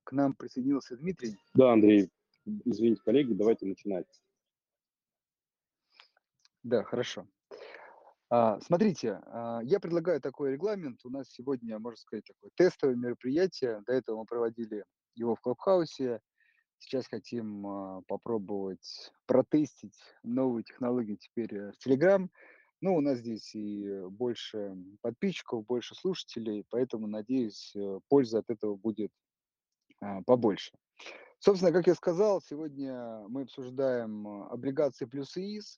к нам присоединился Дмитрий. Да, Андрей, извините, коллеги, давайте начинать. Да, хорошо. Смотрите, я предлагаю такой регламент. У нас сегодня, можно сказать, такое тестовое мероприятие. До этого мы проводили его в Клабхаусе. Сейчас хотим попробовать протестить новую технологию теперь в Telegram. Ну, у нас здесь и больше подписчиков, больше слушателей, поэтому, надеюсь, пользы от этого будет побольше. Собственно, как я сказал, сегодня мы обсуждаем облигации плюс ИИС.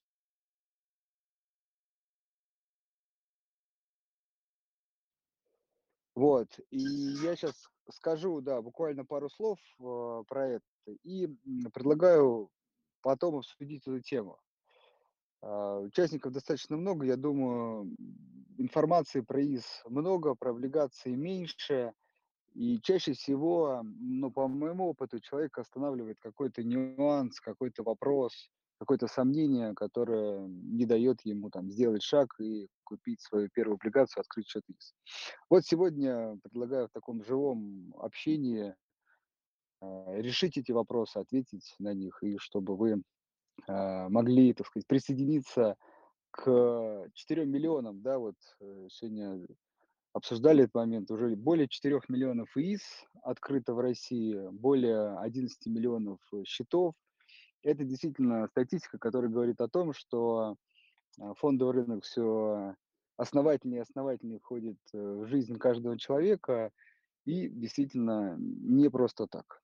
Вот, и я сейчас скажу, да, буквально пару слов про это и предлагаю потом обсудить эту тему. Участников достаточно много, я думаю, информации про ИИС много, про облигации меньше, и чаще всего, ну, по моему опыту, человек останавливает какой-то нюанс, какой-то вопрос, какое-то сомнение, которое не дает ему там сделать шаг и купить свою первую облигацию, открыть счет ИИС. Вот сегодня предлагаю в таком живом общении решить эти вопросы, ответить на них, и чтобы вы могли, так сказать, присоединиться к 4 миллионам, да, вот сегодня обсуждали этот момент, уже более 4 миллионов ИИС открыто в России, более 11 миллионов счетов. Это действительно статистика, которая говорит о том, что фондовый рынок все основательнее и основательнее входит в жизнь каждого человека, и действительно не просто так.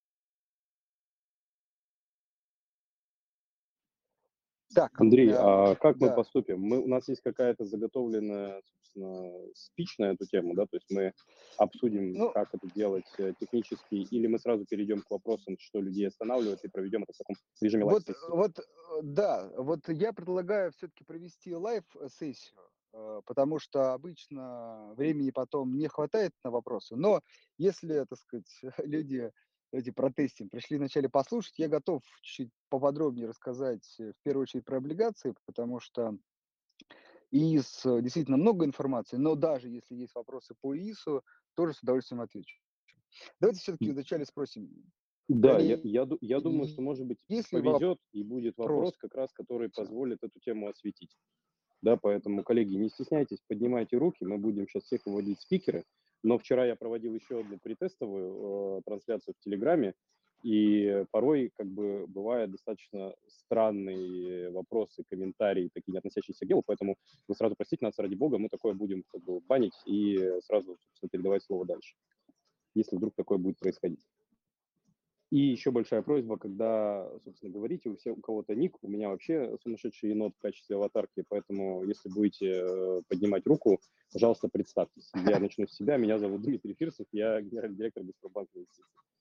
Так, Андрей, а как мы да. поступим? У нас есть какая-то заготовленная, собственно, спич на эту тему, да? То есть мы обсудим, Ну, как это делать технически, или мы сразу перейдем к вопросам, что людей останавливает, и проведем это в таком режиме лайв-сессии? да, вот я предлагаю все-таки провести лайв-сессию, потому что обычно времени потом не хватает на вопросы. Но если, так сказать, люди эти протестим пришли вначале послушать, я готов чуть поподробнее рассказать в первую очередь про облигации, потому что ИИС действительно много информации, но даже если есть вопросы по ИИСу, тоже с удовольствием отвечу. Давайте все-таки вначале спросим, Да, я думаю, что, коллеги, может быть, есть ли повезет, и будет вопрос? вопрос, как раз, который позволит эту тему осветить. Да, поэтому, коллеги, не стесняйтесь, поднимайте руки, мы будем сейчас всех выводить в спикеры. Но вчера я проводил еще одну притестовую трансляцию в Телеграме, и порой, как бы, бывают достаточно странные вопросы, комментарии, такие не относящиеся к делу, поэтому вы сразу простите нас, ради бога, мы такое будем, как бы, банить и сразу, собственно, передавать слово дальше, если вдруг такое будет происходить. И еще большая просьба, когда, собственно, говорите, у кого-то ник, у меня вообще сумасшедший енот в качестве аватарки, поэтому если будете поднимать руку, пожалуйста, представьтесь. Я начну с себя. Меня зовут Дмитрий Фирсов, я генеральный директор Газпромбанка Инвестиций.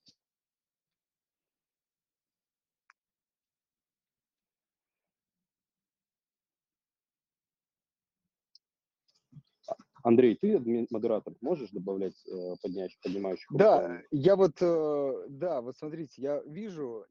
Андрей, ты модератор, можешь добавлять поднимающих руку? Да, да, вот смотрите, я вижу,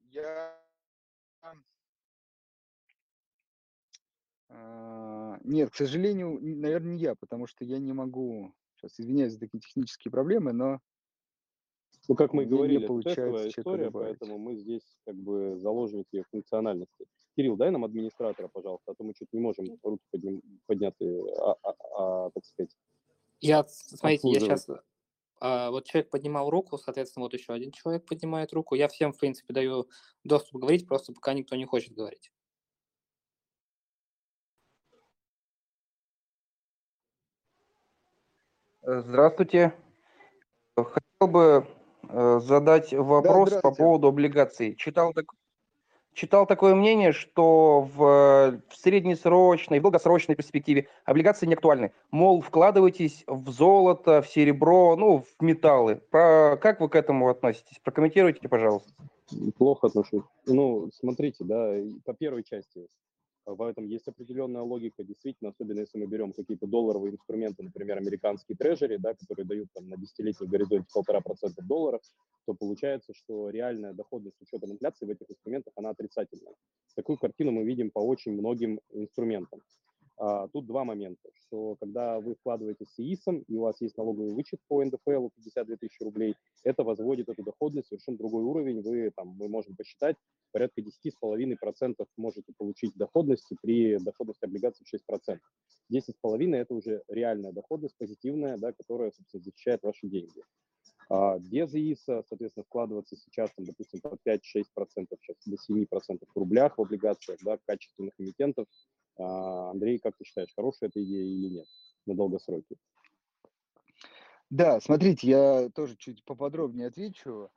нет, к сожалению, наверное, не я, потому что я не могу, сейчас извиняюсь за такие технические проблемы, но Ну, как у мы и меня не говорили, это получается тестовая человека история, добавить. поэтому мы здесь как бы заложники функциональности. Кирилл, дай нам администратора, пожалуйста, а то мы чуть не можем руки поднять, так сказать, Смотрите, я обслуживать. сейчас, вот человек поднимал руку, соответственно, вот еще один человек поднимает руку. Я всем, в принципе, даю доступ говорить, просто пока никто не хочет говорить. Здравствуйте. Хотел бы задать вопрос по здравствуйте. поводу облигаций. Читал такое мнение, что в среднесрочной, в долгосрочной перспективе облигации не актуальны. Мол, вкладывайтесь в золото, в серебро, ну, в металлы. Как вы к этому относитесь? Прокомментируйте, пожалуйста. Плохо отношусь. Ну, смотрите, да, по первой части в этом есть определенная логика, действительно, особенно если мы берем какие-то долларовые инструменты, например, американские трежери, да, которые дают там на десятилетний горизонте 1,5% долларов, то получается, что реальная доходность с учетом инфляции в этих инструментах, она отрицательная. Такую картину мы видим по очень многим инструментам. Тут два момента, что когда вы вкладываете с ИИСом, и у вас есть налоговый вычет по НДФЛ 52 тысячи рублей, это возводит эту доходность в совершенно другой уровень. Мы можем посчитать, порядка 10,5% можете получить доходности при доходности облигаций в 6%. 10,5% – это уже реальная доходность, позитивная, да, которая, собственно, защищает ваши деньги. Без ИИСа, соответственно, вкладываться сейчас, там, допустим, по 5-6%, сейчас до 7% в рублях в облигациях, да, качественных эмитентов. Андрей, как ты считаешь, хорошая эта идея или нет на долгосроке? Да, смотрите, я тоже чуть поподробнее отвечу.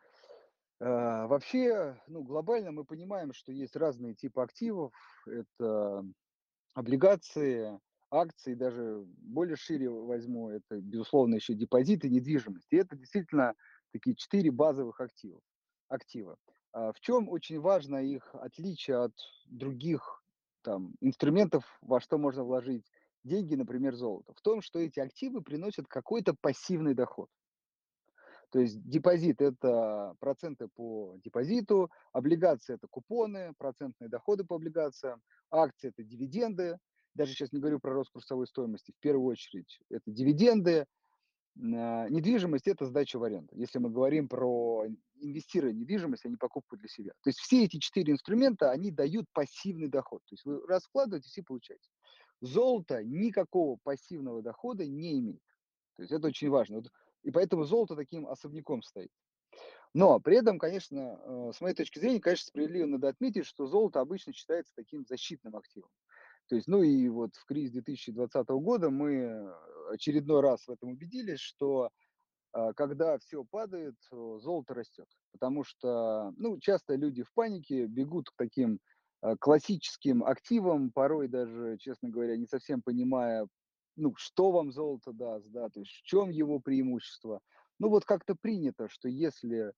Вообще, ну, глобально мы понимаем, что есть разные типы активов. Это облигации, акции, даже более шире возьму, это, безусловно, еще депозиты, недвижимость. И это действительно такие 4 базовых актива. В чем очень важно их отличие от других там, инструментов, во что можно вложить деньги, например, золото? В том, что эти активы приносят какой-то пассивный доход. То есть депозит – это проценты по депозиту, облигации – это купоны, процентные доходы по облигациям, акции – это дивиденды. Даже сейчас не говорю про рост курсовой стоимости, в первую очередь это дивиденды. Недвижимость – это сдача в аренду, если мы говорим про инвестирование в недвижимость, а не покупку для себя. То есть все эти 4 инструмента, они дают пассивный доход. То есть вы раз вкладываетесь и получаете. Золото никакого пассивного дохода не имеет. То есть это очень важно. И поэтому золото таким особняком стоит. Но при этом, конечно, с моей точки зрения, конечно, справедливо надо отметить, что золото обычно считается таким защитным активом. То есть, ну и вот в кризис 2020 года мы очередной раз в этом убедились, что когда все падает, золото растет. Потому что, ну, часто люди в панике бегут к таким классическим активам, порой даже, честно говоря, не совсем понимая, ну, что вам золото даст, да, то есть в чем его преимущество. Ну, вот как-то принято, что если,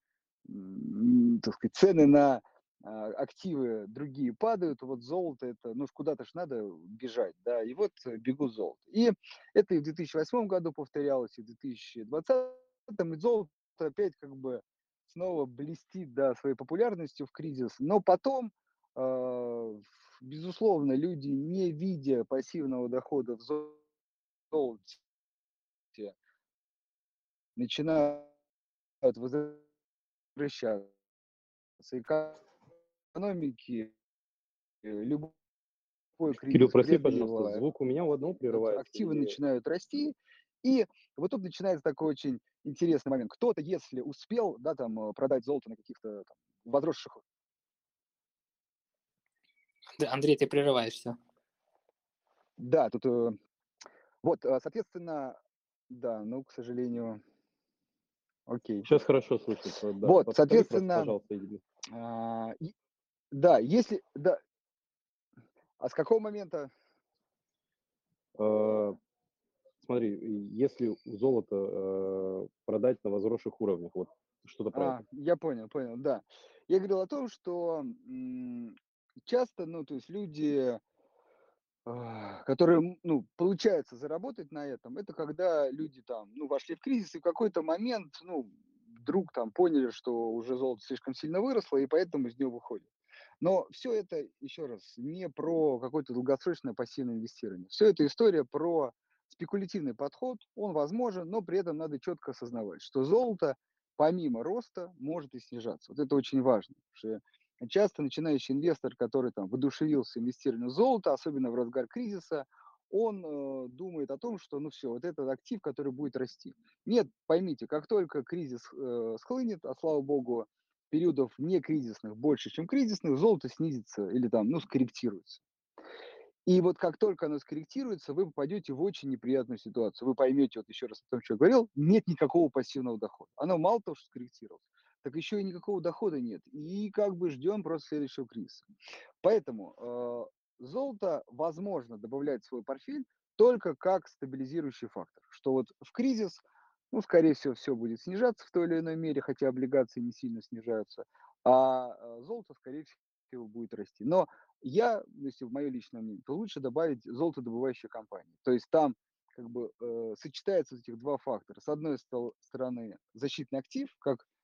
так сказать, цены на активы другие падают, вот золото это, ну, куда-то ж надо бежать, да, и вот бегут золото. И это и в 2008 году повторялось, и в 2020, и золото опять как бы снова блестит, да, своей популярностью в кризис, но потом, безусловно, люди, не видя пассивного дохода в золоте, начинают возвращаться экономики, любой Кирилл, кризис прости, пожалуйста, преодолевают, звук у меня у одного прерывается активы или... начинают расти, и вот тут начинается такой очень интересный момент. Кто-то, если успел, да, там, продать золото на каких-то там возросших... Да, Андрей, ты прерываешься. Да, тут, вот, соответственно, да, ну, к сожалению, окей. Сейчас хорошо слышно. Да, Вот, повтори просто, соответственно, пожалуйста, Игорь. да, если, да, а с какого момента? Э, Смотри, если золото продать на возросших уровнях, вот что-то про это. Я понял, да. Я говорил о том, что часто, ну, то есть люди, которые, ну, получается заработать на этом, это когда люди там, ну, вошли в кризис и в какой-то момент, ну, вдруг там поняли, что уже золото слишком сильно выросло, и поэтому из него выходят. Но все это, еще раз, не про какое-то долгосрочное пассивное инвестирование. Все это история про спекулятивный подход, он возможен, но при этом надо четко осознавать, что золото помимо роста может и снижаться. Вот это очень важно, потому что часто начинающий инвестор, который там воодушевился инвестированием в золото, особенно в разгар кризиса, он думает о том, что ну все, вот этот актив, который будет расти. Нет, поймите, как только кризис схлынет, а слава богу, периодов не кризисных больше, чем кризисных, золото снизится или там, ну, скорректируется. И вот как только оно скорректируется, вы попадете в очень неприятную ситуацию. Вы поймете, вот еще раз о том, что я говорил, нет никакого пассивного дохода. Оно мало того, что скорректировалось, так еще и никакого дохода нет. И как бы ждем просто следующего кризиса. Поэтому золото возможно добавлять в свой портфель только как стабилизирующий фактор. Что вот в кризис, ну, скорее всего, все будет снижаться в той или иной мере, хотя облигации не сильно снижаются, а золото, скорее всего, будет расти. Но если в мое личное мнение, то лучше добавить золотодобывающие компании. То есть там как бы сочетаются этих два фактора. С одной стороны, защитный актив, как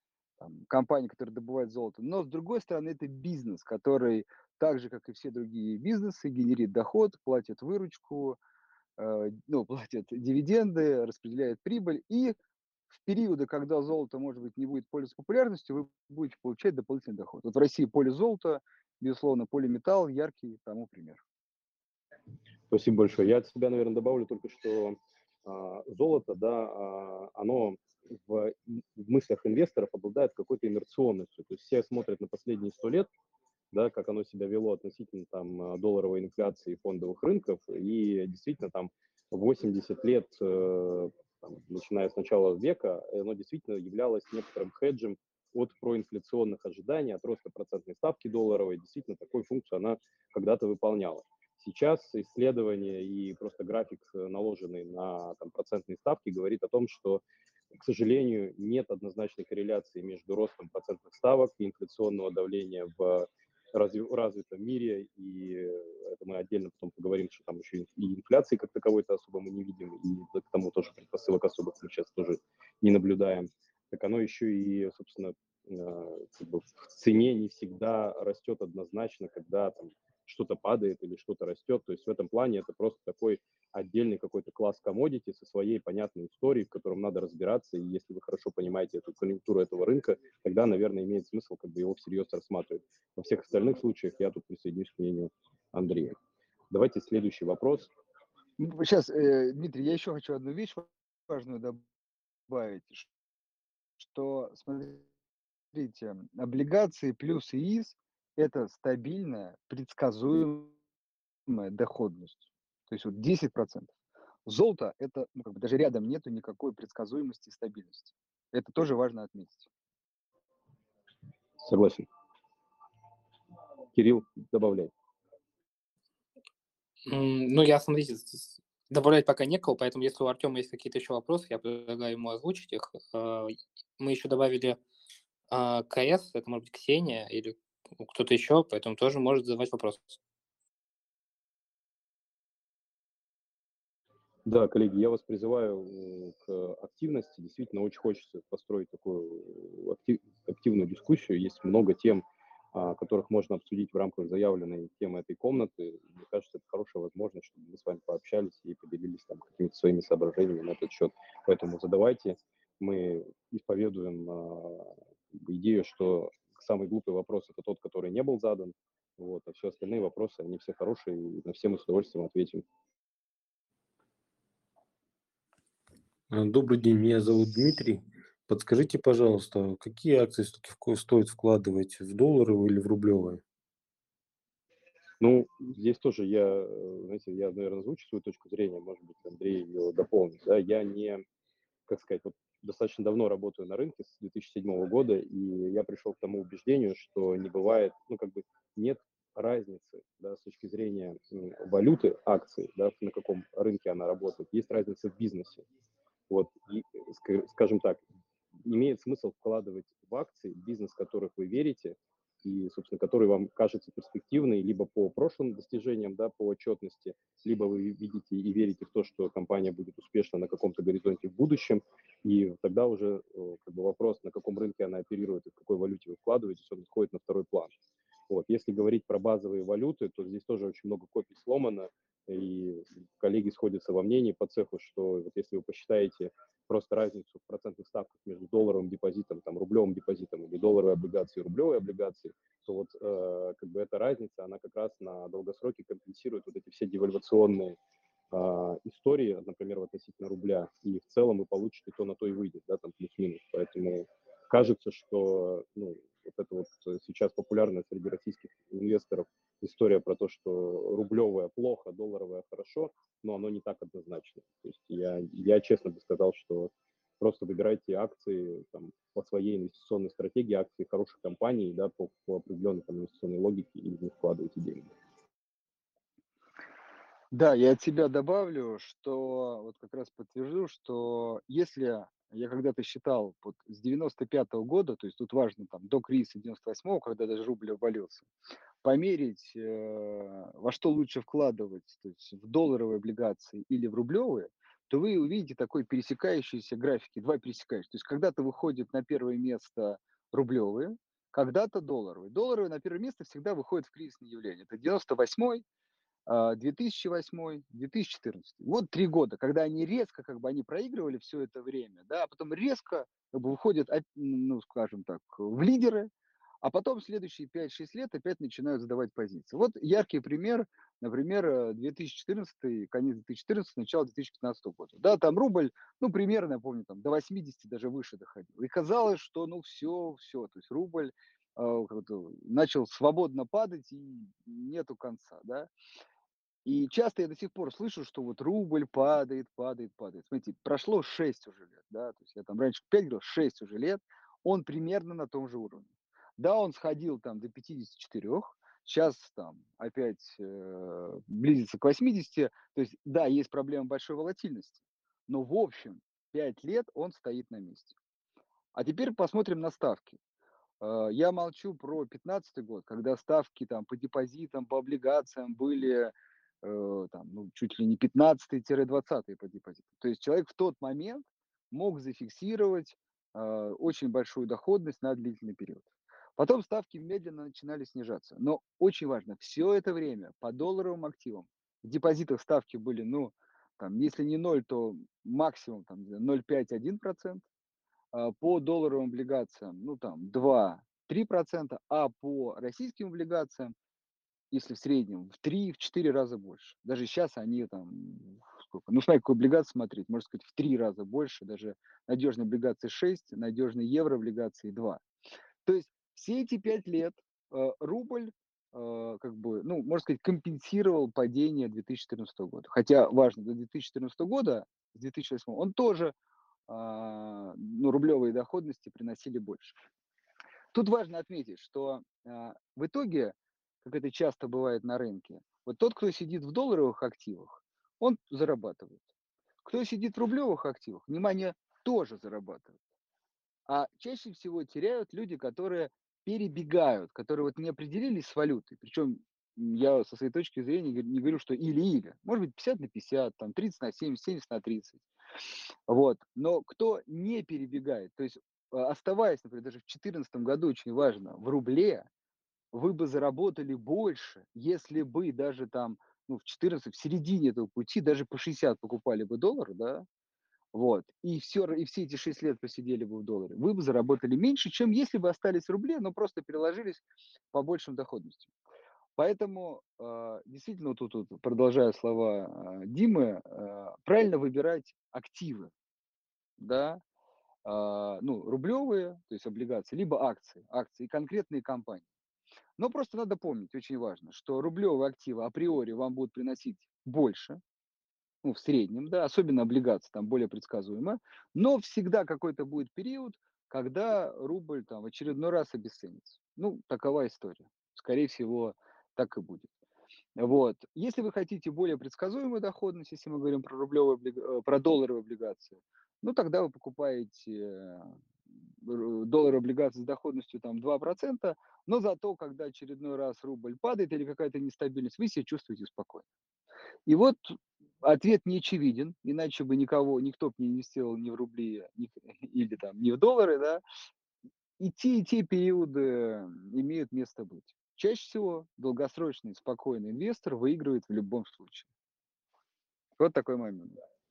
там, компания, которая добывает золото. Но, с другой стороны, это бизнес, который, так же, как и все другие бизнесы, генерит доход, платит выручку, ну, платит дивиденды, распределяет прибыль. И в периоды, когда золото, может быть, не будет пользоваться популярностью, вы будете получать дополнительный доход. Вот в России поле золота, безусловно, полиметалл, яркий тому пример. Спасибо большое. Я от себя, наверное, добавлю только, что золото, да, оно в мыслях инвесторов обладает какой-то инерционностью. То есть все смотрят на последние 100 лет, да, как оно себя вело относительно там долларовой инфляции и фондовых рынков, и действительно там 80 лет, там, начиная с начала века, оно действительно являлось некоторым хеджем от проинфляционных ожиданий, от роста процентной ставки долларовой. Действительно, такую функцию она когда-то выполняла. Сейчас исследование и просто график, наложенный на там, процентные ставки, говорит о том, что, к сожалению, нет однозначной корреляции между ростом процентных ставок и инфляционного давления в развитом мире, и это мы отдельно потом поговорим, что там еще и инфляции как таковой-то особо мы не видим, и к тому тоже предпосылок особых мы сейчас тоже не наблюдаем. Так оно еще и, собственно, как бы в цене не всегда растет однозначно, когда там что-то падает или что-то растет. То есть в этом плане это просто такой отдельный какой-то класс commodity со своей понятной историей, в котором надо разбираться. И если вы хорошо понимаете эту конъюнктуру этого рынка, тогда, наверное, имеет смысл как бы его всерьез рассматривать. Во всех остальных случаях я тут присоединюсь к мнению Андрея. Давайте следующий вопрос. Сейчас, Дмитрий, я еще хочу одну вещь важную добавить, что, смотрите, облигации плюс ИИС – это стабильная, предсказуемая доходность. То есть вот 10%. Золото – это, ну, как бы даже рядом нету никакой предсказуемости и стабильности. Это тоже важно отметить. Согласен. Кирилл, добавляй. Ну, я, смотрите, добавлять пока некого, поэтому если у Артема есть какие-то еще вопросы, я предлагаю ему озвучить их. Мы еще добавили КС, это может быть Ксения или кто-то еще, поэтому тоже может задавать вопросы. Да, коллеги, я вас призываю к активности. Действительно, очень хочется построить такую активную дискуссию. Есть много тем, которых можно обсудить в рамках заявленной темы этой комнаты. Мне кажется, это хорошая возможность, чтобы мы с вами пообщались и поделились там какими-то своими соображениями на этот счет. Поэтому задавайте. Мы исповедуем идею, что самый глупый вопрос – это тот, который не был задан. Вот, а все остальные вопросы, они все хорошие, и на все мы с удовольствием ответим. Добрый день, меня зовут Дмитрий. Подскажите, пожалуйста, какие акции все-таки стоит вкладывать, в долларовые или в рублевые? Ну, здесь тоже я, знаете, я, наверное, озвучу свою точку зрения, может быть, Андрей ее дополнит. Да? Я не, как сказать, вот достаточно давно работаю на рынке с 2007 года, и я пришел к тому убеждению, что не бывает, ну, как бы нет разницы, да, с точки зрения валюты акций, да, на каком рынке она работает. Есть разница в бизнесе. Вот, и, скажем так, имеет смысл вкладывать в акции, бизнес, в которых вы верите, и, собственно, который вам кажется перспективной либо по прошлым достижениям, да, по отчетности, либо вы видите и верите в то, что компания будет успешна на каком-то горизонте в будущем, и тогда уже как бы вопрос, на каком рынке она оперирует и в какой валюте вы вкладываетесь, он отходит на второй план. Вот. Если говорить про базовые валюты, то здесь тоже очень много копий сломано, и коллеги сходятся во мнении по цеху, что вот если вы посчитаете просто разницу в процентных ставках между долларовым депозитом, там, рублевым депозитом или долларовой облигацией, рублевой облигацией, то вот как бы эта разница, она как раз на долгосроке компенсирует вот эти все девальвационные истории, например, относительно рубля, и в целом вы получите то на то и выйдет, да, там плюс-минус. Поэтому кажется, что ну, вот это вот сейчас популярная среди российских инвесторов история про то, что рублевая плохо, долларовая хорошо, но оно не так однозначно. То есть я честно бы сказал, что просто выбирайте акции там, по своей инвестиционной стратегии, акции хороших компаний, да, по определенной там, инвестиционной логике и в них вкладывайте деньги. Да, я от себя добавлю, что вот как раз подтвержу, что если я когда-то считал вот с 95-го года, то есть тут важно там до кризиса 98-го, когда даже рубль обвалился, померить, во что лучше вкладывать, то есть в долларовые облигации или в рублевые, то вы увидите такой пересекающиеся графики, два пересекающиеся. То есть когда-то выходит на первое место рублевые, когда-то долларовые. Долларовые на первое место всегда выходят в кризисное явление. Это 98-й, 2008, 2014. Вот 3 года, когда они резко, как бы, они проигрывали все это время, да, а потом резко, как бы, выходят, ну, скажем так, в лидеры, а потом следующие 5-6 лет опять начинают сдавать позиции. Вот яркий пример, например, 2014, конец 2014, начало 2015 года. Да, там рубль, ну, примерно, я помню, там до 80, даже выше доходил. И казалось, что, ну, все, то есть рубль как-то начал свободно падать и нету конца, да. И часто я до сих пор слышу, что вот рубль падает, падает, падает. Смотрите, прошло 6 уже лет, да, то есть я там раньше 5 говорил, 6 уже лет, он примерно на том же уровне. Да, он сходил там до 54, сейчас там опять близится к 80, то есть да, есть проблема большой волатильности, но в общем 5 лет он стоит на месте. А теперь посмотрим на ставки. Я молчу про 15 год, когда ставки там по депозитам, по облигациям были там, ну, чуть ли не 15-20 по депозиту. То есть человек в тот момент мог зафиксировать очень большую доходность на длительный период. Потом ставки медленно начинали снижаться. Но очень важно, все это время по долларовым активам в депозитах ставки были, ну, там, если не 0, то максимум там 0,5-1%. По долларовым облигациям, ну, там 2-3%, а по российским облигациям, если в среднем, в 3-4 раза больше. Даже сейчас они там, сколько, ну, смотри, какую облигацию смотреть, можно сказать, в 3 раза больше, даже надежные облигации 6, надежные еврооблигации 2. То есть все эти 5 лет рубль, как бы, ну, можно сказать, компенсировал падение 2014 года. Хотя важно, до 2014 года, с 2008 он тоже ну, рублевые доходности приносили больше. Тут важно отметить, что в итоге, как это часто бывает на рынке, вот тот, кто сидит в долларовых активах, он зарабатывает. Кто сидит в рублевых активах, внимание, тоже зарабатывает. А чаще всего теряют люди, которые перебегают, которые вот не определились с валютой. Причем я со своей точки зрения не говорю, что или-или. Может быть, 50/50, там 30/70, 70/30. Вот. Но кто не перебегает, то есть оставаясь, например, даже в 2014 году, очень важно, в рубле, вы бы заработали больше, если бы даже там, ну, в 14, в середине этого пути, даже по 60 покупали бы доллар, да, вот, и все эти 6 лет посидели бы в долларе, вы бы заработали меньше, чем если бы остались в рубле, но просто переложились по большим доходностям. Поэтому действительно, вот тут, продолжая слова Димы, правильно выбирать активы, да, ну, рублевые, то есть облигации, либо акции, конкретные компании. Но просто надо помнить, очень важно, что рублевые активы априори вам будут приносить больше, ну, в среднем, да, особенно облигации, там более предсказуемо, но всегда какой-то будет период, когда рубль там в очередной раз обесценится. Ну, такова история. Скорее всего, так и будет. Вот. Если вы хотите более предсказуемую доходность, если мы говорим про про долларовые облигации, ну, тогда вы покупаете долларовые облигации с доходностью там 2%, но зато, когда очередной раз рубль падает или какая-то нестабильность, вы себя чувствуете спокойно. И вот ответ не очевиден, иначе бы никто бы не инвестировал ни в рубли, или там не в доллары, да. И те периоды имеют место быть. Чаще всего долгосрочный спокойный инвестор выигрывает в любом случае. Вот такой момент.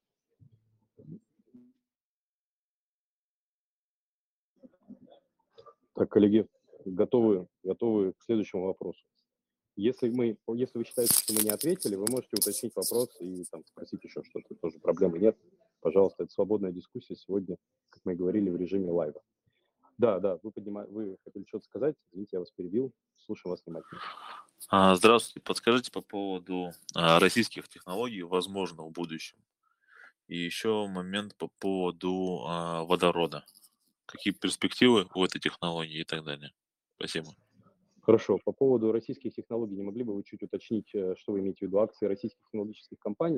Так, коллеги, готовы к следующему вопросу. Если вы считаете, что мы не ответили, вы можете уточнить вопрос и там спросить еще что-то, тоже проблемы нет. Пожалуйста, это свободная дискуссия сегодня, как мы и говорили, в режиме лайва. Да, вы хотели что-то сказать, извините, я вас перебил, слушаю вас внимательно. Здравствуйте, подскажите по поводу российских технологий, возможно, в будущем. И еще момент по поводу водорода. Какие перспективы у этой технологии и так далее. Спасибо. Хорошо, по поводу российских технологий, не могли бы вы чуть уточнить, что вы имеете в виду, акции российских технологических компаний?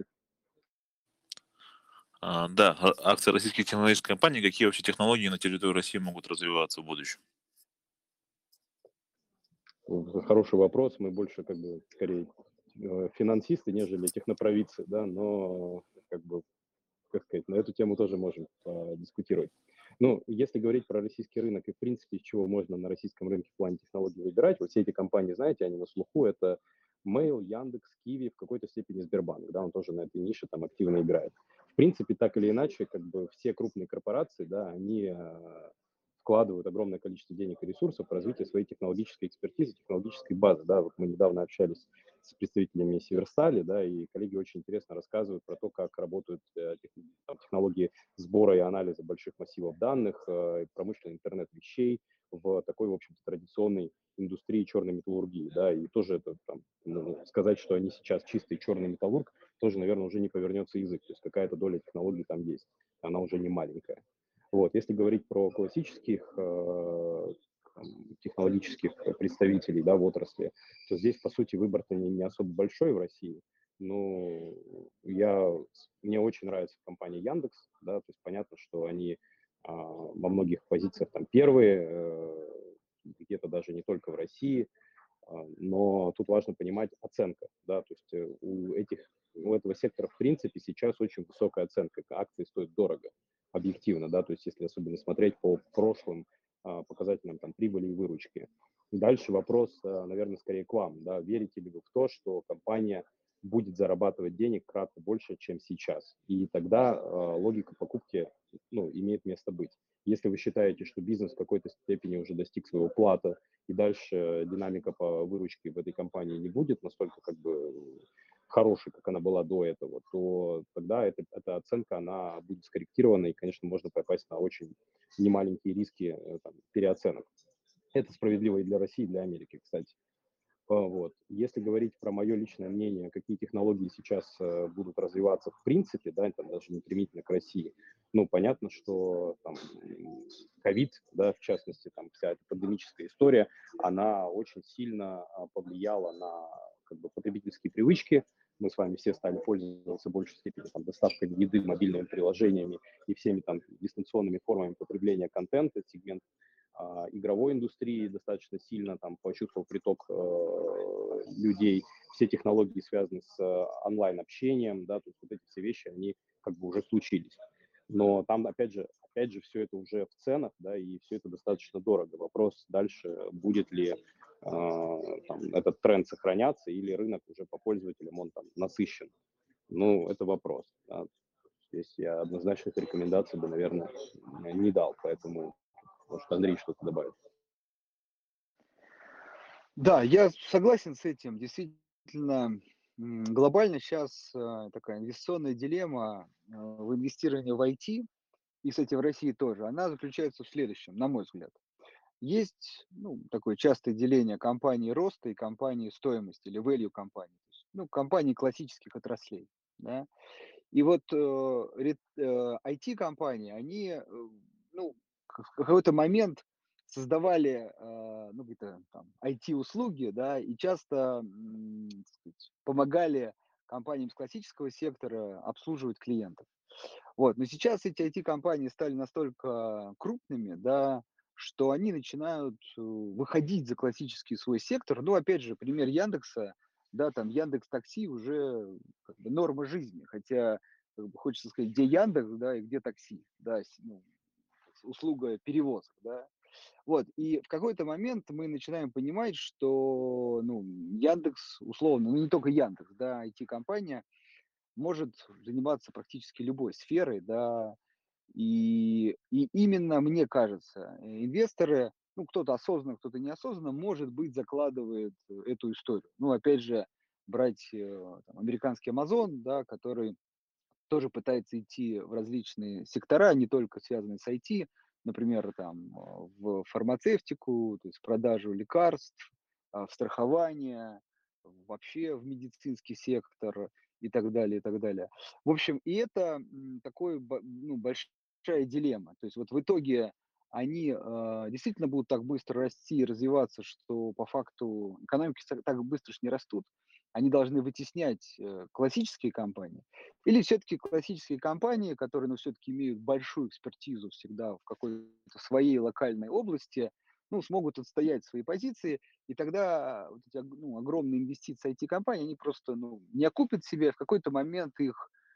Да, акции российских технологических компаний, какие вообще технологии на территории России могут развиваться в будущем? Хороший вопрос, мы больше как бы скорее финансисты, нежели технопровидцы, да, но как бы, как сказать, на эту тему тоже можем дискутировать. Ну, если говорить про российский рынок и, в принципе, из чего можно на российском рынке в плане технологий выбирать, вот все эти компании, знаете, они на слуху, это Mail, Яндекс, Киви, в какой-то степени Сбербанк, да, он тоже на этой нише там активно играет. В принципе, так или иначе, как бы все крупные корпорации, да, они вкладывают огромное количество денег и ресурсов в развитие своей технологической экспертизы, технологической базы, да, вот мы недавно общались с представителями Северстали, да, и коллеги очень интересно рассказывают про то, как работают технологии сбора и анализа больших массивов данных, промышленный интернет вещей в такой, в общем-то, традиционной индустрии черной металлургии, да, и тоже это там, сказать, что они сейчас чистый черный металлург, тоже, наверное, уже не повернется язык, то есть какая-то доля технологий там есть, она уже не маленькая. Вот, если говорить про классических технологических представителей, да, в отрасли, то здесь, по сути, выбор-то не особо большой в России. Ну, мне очень нравится компания Яндекс, да, то есть понятно, что они во многих позициях там первые, где-то даже не только в России, но тут важно понимать оценка, да, то есть у этого сектора в принципе сейчас очень высокая оценка, акции стоят дорого, объективно, да, то есть если особенно смотреть по прошлым показателям там прибыли и выручки. Дальше вопрос, наверное, скорее к вам, да, верите ли вы в то, что компания будет зарабатывать денег кратно больше, чем сейчас, и тогда логика покупки, ну, имеет место быть. Если вы считаете, что бизнес в какой-то степени уже достиг своего плата, и дальше динамика по выручке в этой компании не будет настолько как бы хорошей, как она была до этого, то тогда эта оценка, она будет скорректирована, и, конечно, можно попасть на очень немаленькие риски там, переоценок. Это справедливо и для России, и для Америки, кстати. Вот. Если говорить про мое личное мнение, какие технологии сейчас будут развиваться в принципе, да, там даже не примитивно к России, ну, понятно, что там ковид, да, в частности, там вся эта пандемическая история, она очень сильно повлияла на как бы потребительские привычки. Мы с вами все стали пользоваться в большей степени там, доставкой еды, мобильными приложениями и всеми там дистанционными формами потребления контента. Сегмент игровой индустрии достаточно сильно там почувствовал приток людей, все технологии связаны с онлайн-общением, да, то есть вот эти все вещи, они как бы уже случились. Но там, опять же, все это уже в ценах, да, и все это достаточно дорого. Вопрос дальше, будет ли там, этот тренд сохраняться, или рынок уже по пользователям, он там насыщен. Ну, это вопрос. Да. Здесь я однозначных рекомендаций бы, наверное, не дал, поэтому, может, Андрей что-то добавит. Да, я согласен с этим. Действительно, глобально сейчас такая инвестиционная дилемма в инвестировании в IT, и, кстати, в России тоже, она заключается в следующем, на мой взгляд. Есть ну, такое частое деление компании роста и компании стоимости или value компании, то есть, ну, компании классических отраслей. Да? И вот IT-компании, они ну, в какой-то момент создавали ну, какие-то там IT-услуги, да, и часто так сказать, помогали компаниям с классического сектора обслуживать клиентов. Вот. Но сейчас эти IT-компании стали настолько крупными, да, что они начинают выходить за классический свой сектор. Ну, опять же, пример Яндекса, да, там Яндекс Такси уже как бы норма жизни, хотя как бы, хочется сказать, где Яндекс, да, и где такси, да, ну, услуга перевозок, да. Вот, и в какой-то момент мы начинаем понимать, что, ну, Яндекс, условно, ну, не только Яндекс, да, IT-компания может заниматься практически любой сферой, да, и именно, мне кажется, инвесторы, ну, кто-то осознанно, кто-то неосознанно, может быть, закладывает эту историю. Ну, опять же, брать там, американский Amazon, да, который тоже пытается идти в различные сектора, не только связанные с IT, например, там, в фармацевтику, то есть продажу лекарств, в страхование, вообще в медицинский сектор и так далее, и так далее. В общем, и это такой ну, большая дилемма. То есть вот в итоге они действительно будут так быстро расти и развиваться, что по факту экономики так быстро ж не растут. Они должны вытеснять классические компании, или все-таки классические компании, которые, ну, все-таки имеют большую экспертизу всегда в какой-то своей локальной области, ну, смогут отстоять свои позиции, и тогда вот эти ну, огромные инвестиции IT-компаний, они просто ну, не окупят себе, в какой-то момент их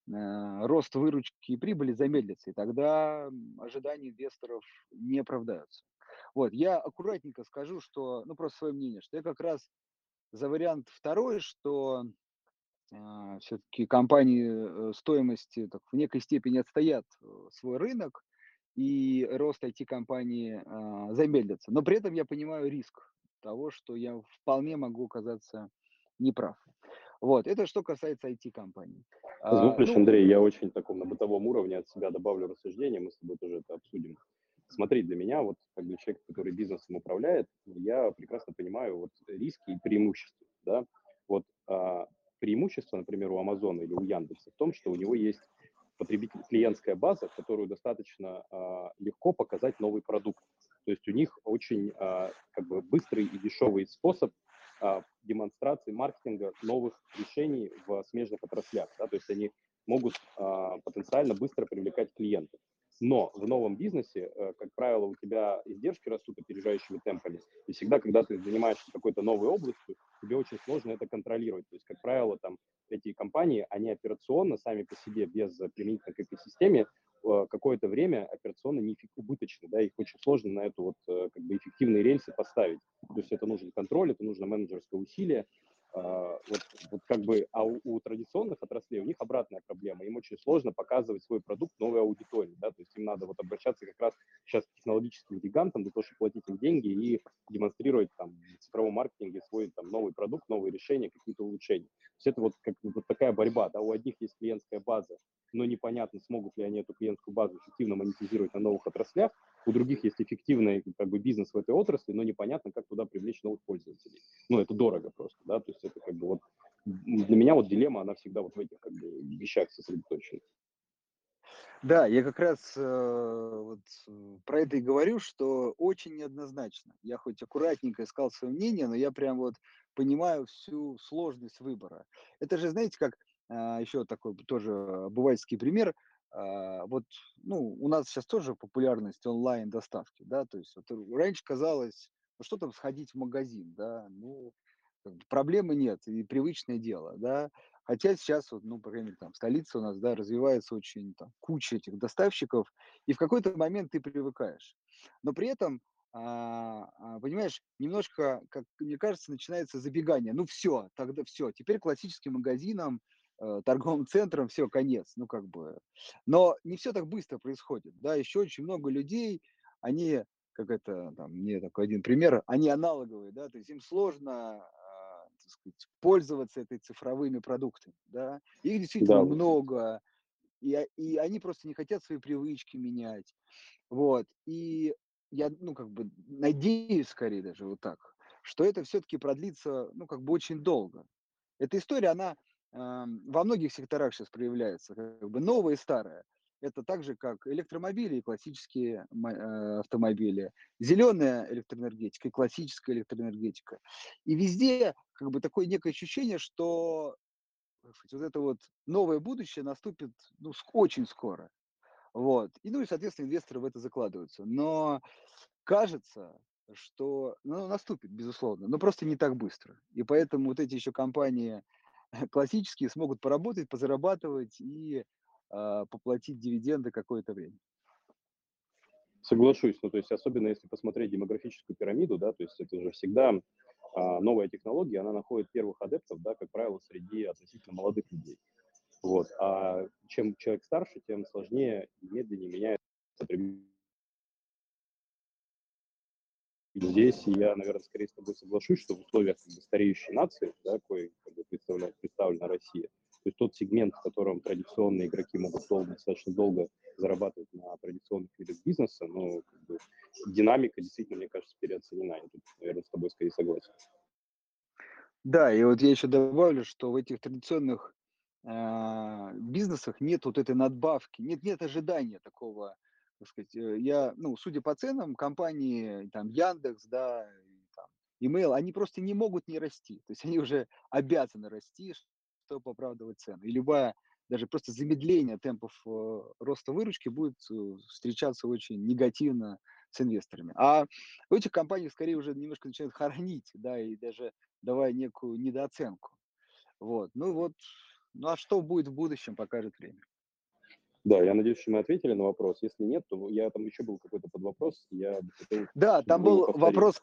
рост выручки и прибыли замедлится, и тогда ожидания инвесторов не оправдаются. Вот, я аккуратненько скажу, что, ну, просто свое мнение, что я как раз за вариант второй, что все-таки компании стоимости так, в некой степени отстоят свой рынок, и рост IT-компании замедлится. Но при этом я понимаю риск того, что я вполне могу оказаться неправ. Вот, это что касается IT-компаний. Позволишь, Ну, Андрей, я очень таком на бытовом уровне от себя добавлю рассуждение, мы с тобой тоже это обсудим. Смотри, для меня, вот как для человека, который бизнесом управляет, я прекрасно понимаю вот риски и преимущества, да. Вот преимущество, например, у Амазона или у Яндекса в том, что у него есть потребитель, клиентская база, которую достаточно легко показать новый продукт. То есть у них очень как бы быстрый и дешевый способ демонстрации маркетинга новых решений в смежных отраслях. Да? То есть они могут потенциально быстро привлекать клиентов. Но в новом бизнесе, как правило, у тебя издержки растут опережающими темпами. И всегда, когда ты занимаешься какой-то новой областью, тебе очень сложно это контролировать. То есть, как правило, там эти компании, они операционно сами по себе, без применительно к экосистеме, какое-то время операционно не убыточны, да, их очень сложно на эту вот как бы эффективные рельсы поставить. То есть это нужен контроль, это нужно менеджерское усилие. Вот как бы, а у традиционных отраслей у них обратная проблема. Им очень сложно показывать свой продукт новой аудитории, да, то есть им надо вот обращаться как раз сейчас к технологическим гигантам для того, чтобы платить им деньги и демонстрировать там в цифровом маркетинге свой там новый продукт, новые решения, какие-то улучшения. То есть это вот, как, вот такая борьба, да, у одних есть клиентская база, но непонятно, смогут ли они эту клиентскую базу эффективно монетизировать на новых отраслях, у других есть эффективный как бы бизнес в этой отрасли, но непонятно, как туда привлечь новых пользователей. Ну, это дорого просто, да, то есть это как бы вот для меня вот дилемма, она всегда вот в этих как бы вещах сосредоточена. да, я как раз про это и говорю, что очень неоднозначно. Я хоть аккуратненько искал свое мнение, но я прям вот понимаю всю сложность выбора. Это же, знаете, как еще такой тоже обывательский пример. Вот, ну, у нас сейчас тоже популярность онлайн-доставки, да, то есть вот раньше казалось, ну что там сходить в магазин, да, ну, как бы проблемы нет, и привычное дело, да. Хотя сейчас, вот, ну, по крайней мере, там, столица у нас, да, развивается очень, там, куча этих доставщиков, и в какой-то момент ты привыкаешь. Но при этом, понимаешь, немножко, как мне кажется, начинается забегание. Ну, все, тогда все, теперь классическим магазинам, торговым центрам, все, конец, ну, как бы. Но не все так быстро происходит, да, еще очень много людей, они, как это, там, мне такой один пример, они аналоговые, да, то есть им сложно так сказать, пользоваться этой цифровыми продуктами, да. Их действительно Да, много, и они просто не хотят свои привычки менять. Вот. И я, ну, как бы надеюсь, скорее даже вот так, что это все-таки продлится, ну, как бы очень долго. Эта история, она во многих секторах сейчас проявляется, как бы новая и старая. Это так же, как электромобили и классические автомобили, зеленая электроэнергетика и классическая электроэнергетика. И везде как бы такое некое ощущение, что так сказать, вот это вот новое будущее наступит ну, очень скоро. Вот. И, ну и, соответственно, инвесторы в это закладываются. Но кажется, что ну, наступит, безусловно, но просто не так быстро. И поэтому вот эти еще компании классические смогут поработать, позарабатывать и поплатить дивиденды какое-то время. соглашусь, ну то есть особенно если посмотреть демографическую пирамиду, да, то есть это же всегда новая технология, она находит первых адептов, да, как правило, среди относительно молодых людей. Вот. А чем человек старше, тем сложнее и медленнее меняется. Здесь я, наверное, скорее с тобой соглашусь, что в условиях как бы, стареющей нации, да, какой как бы, представлена Россия, то есть тот сегмент, в котором традиционные игроки могут достаточно долго зарабатывать на традиционных видах бизнеса, ну, как бы, динамика действительно, мне кажется, переоценена. Я тут, наверное, с тобой скорее согласен. Да, и вот я еще добавлю, что в этих традиционных бизнесах нет вот этой надбавки, нет ожидания такого, так сказать. Я, ну, судя по ценам, компании, там, Яндекс, да, и там, Email, они просто не могут не расти. То есть они уже обязаны расти, чтобы оправдывать цены. И любая, даже просто замедление темпов роста выручки будет встречаться очень негативно с инвесторами. А у этих компаний скорее уже немножко начинают хоронить, да, и даже давая некую недооценку. Вот. Ну вот, Ну, а что будет в будущем, покажет время. Да, я надеюсь, что мы ответили на вопрос. Если нет, то я там еще был какой-то подвопрос, я бы хотел, Да, чтобы там вы его был повторили. вопрос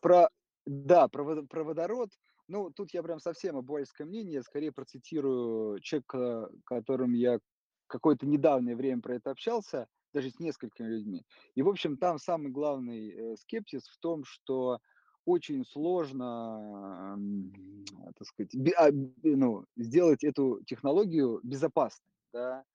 про водород. Ну, тут я прям совсем обывательское мнение, скорее процитирую человека, которым я какое-то недавнее время про это общался, даже с несколькими людьми. И, в общем, там самый главный скепсис в том, что очень сложно, так сказать, ну, сделать эту технологию безопасной, да.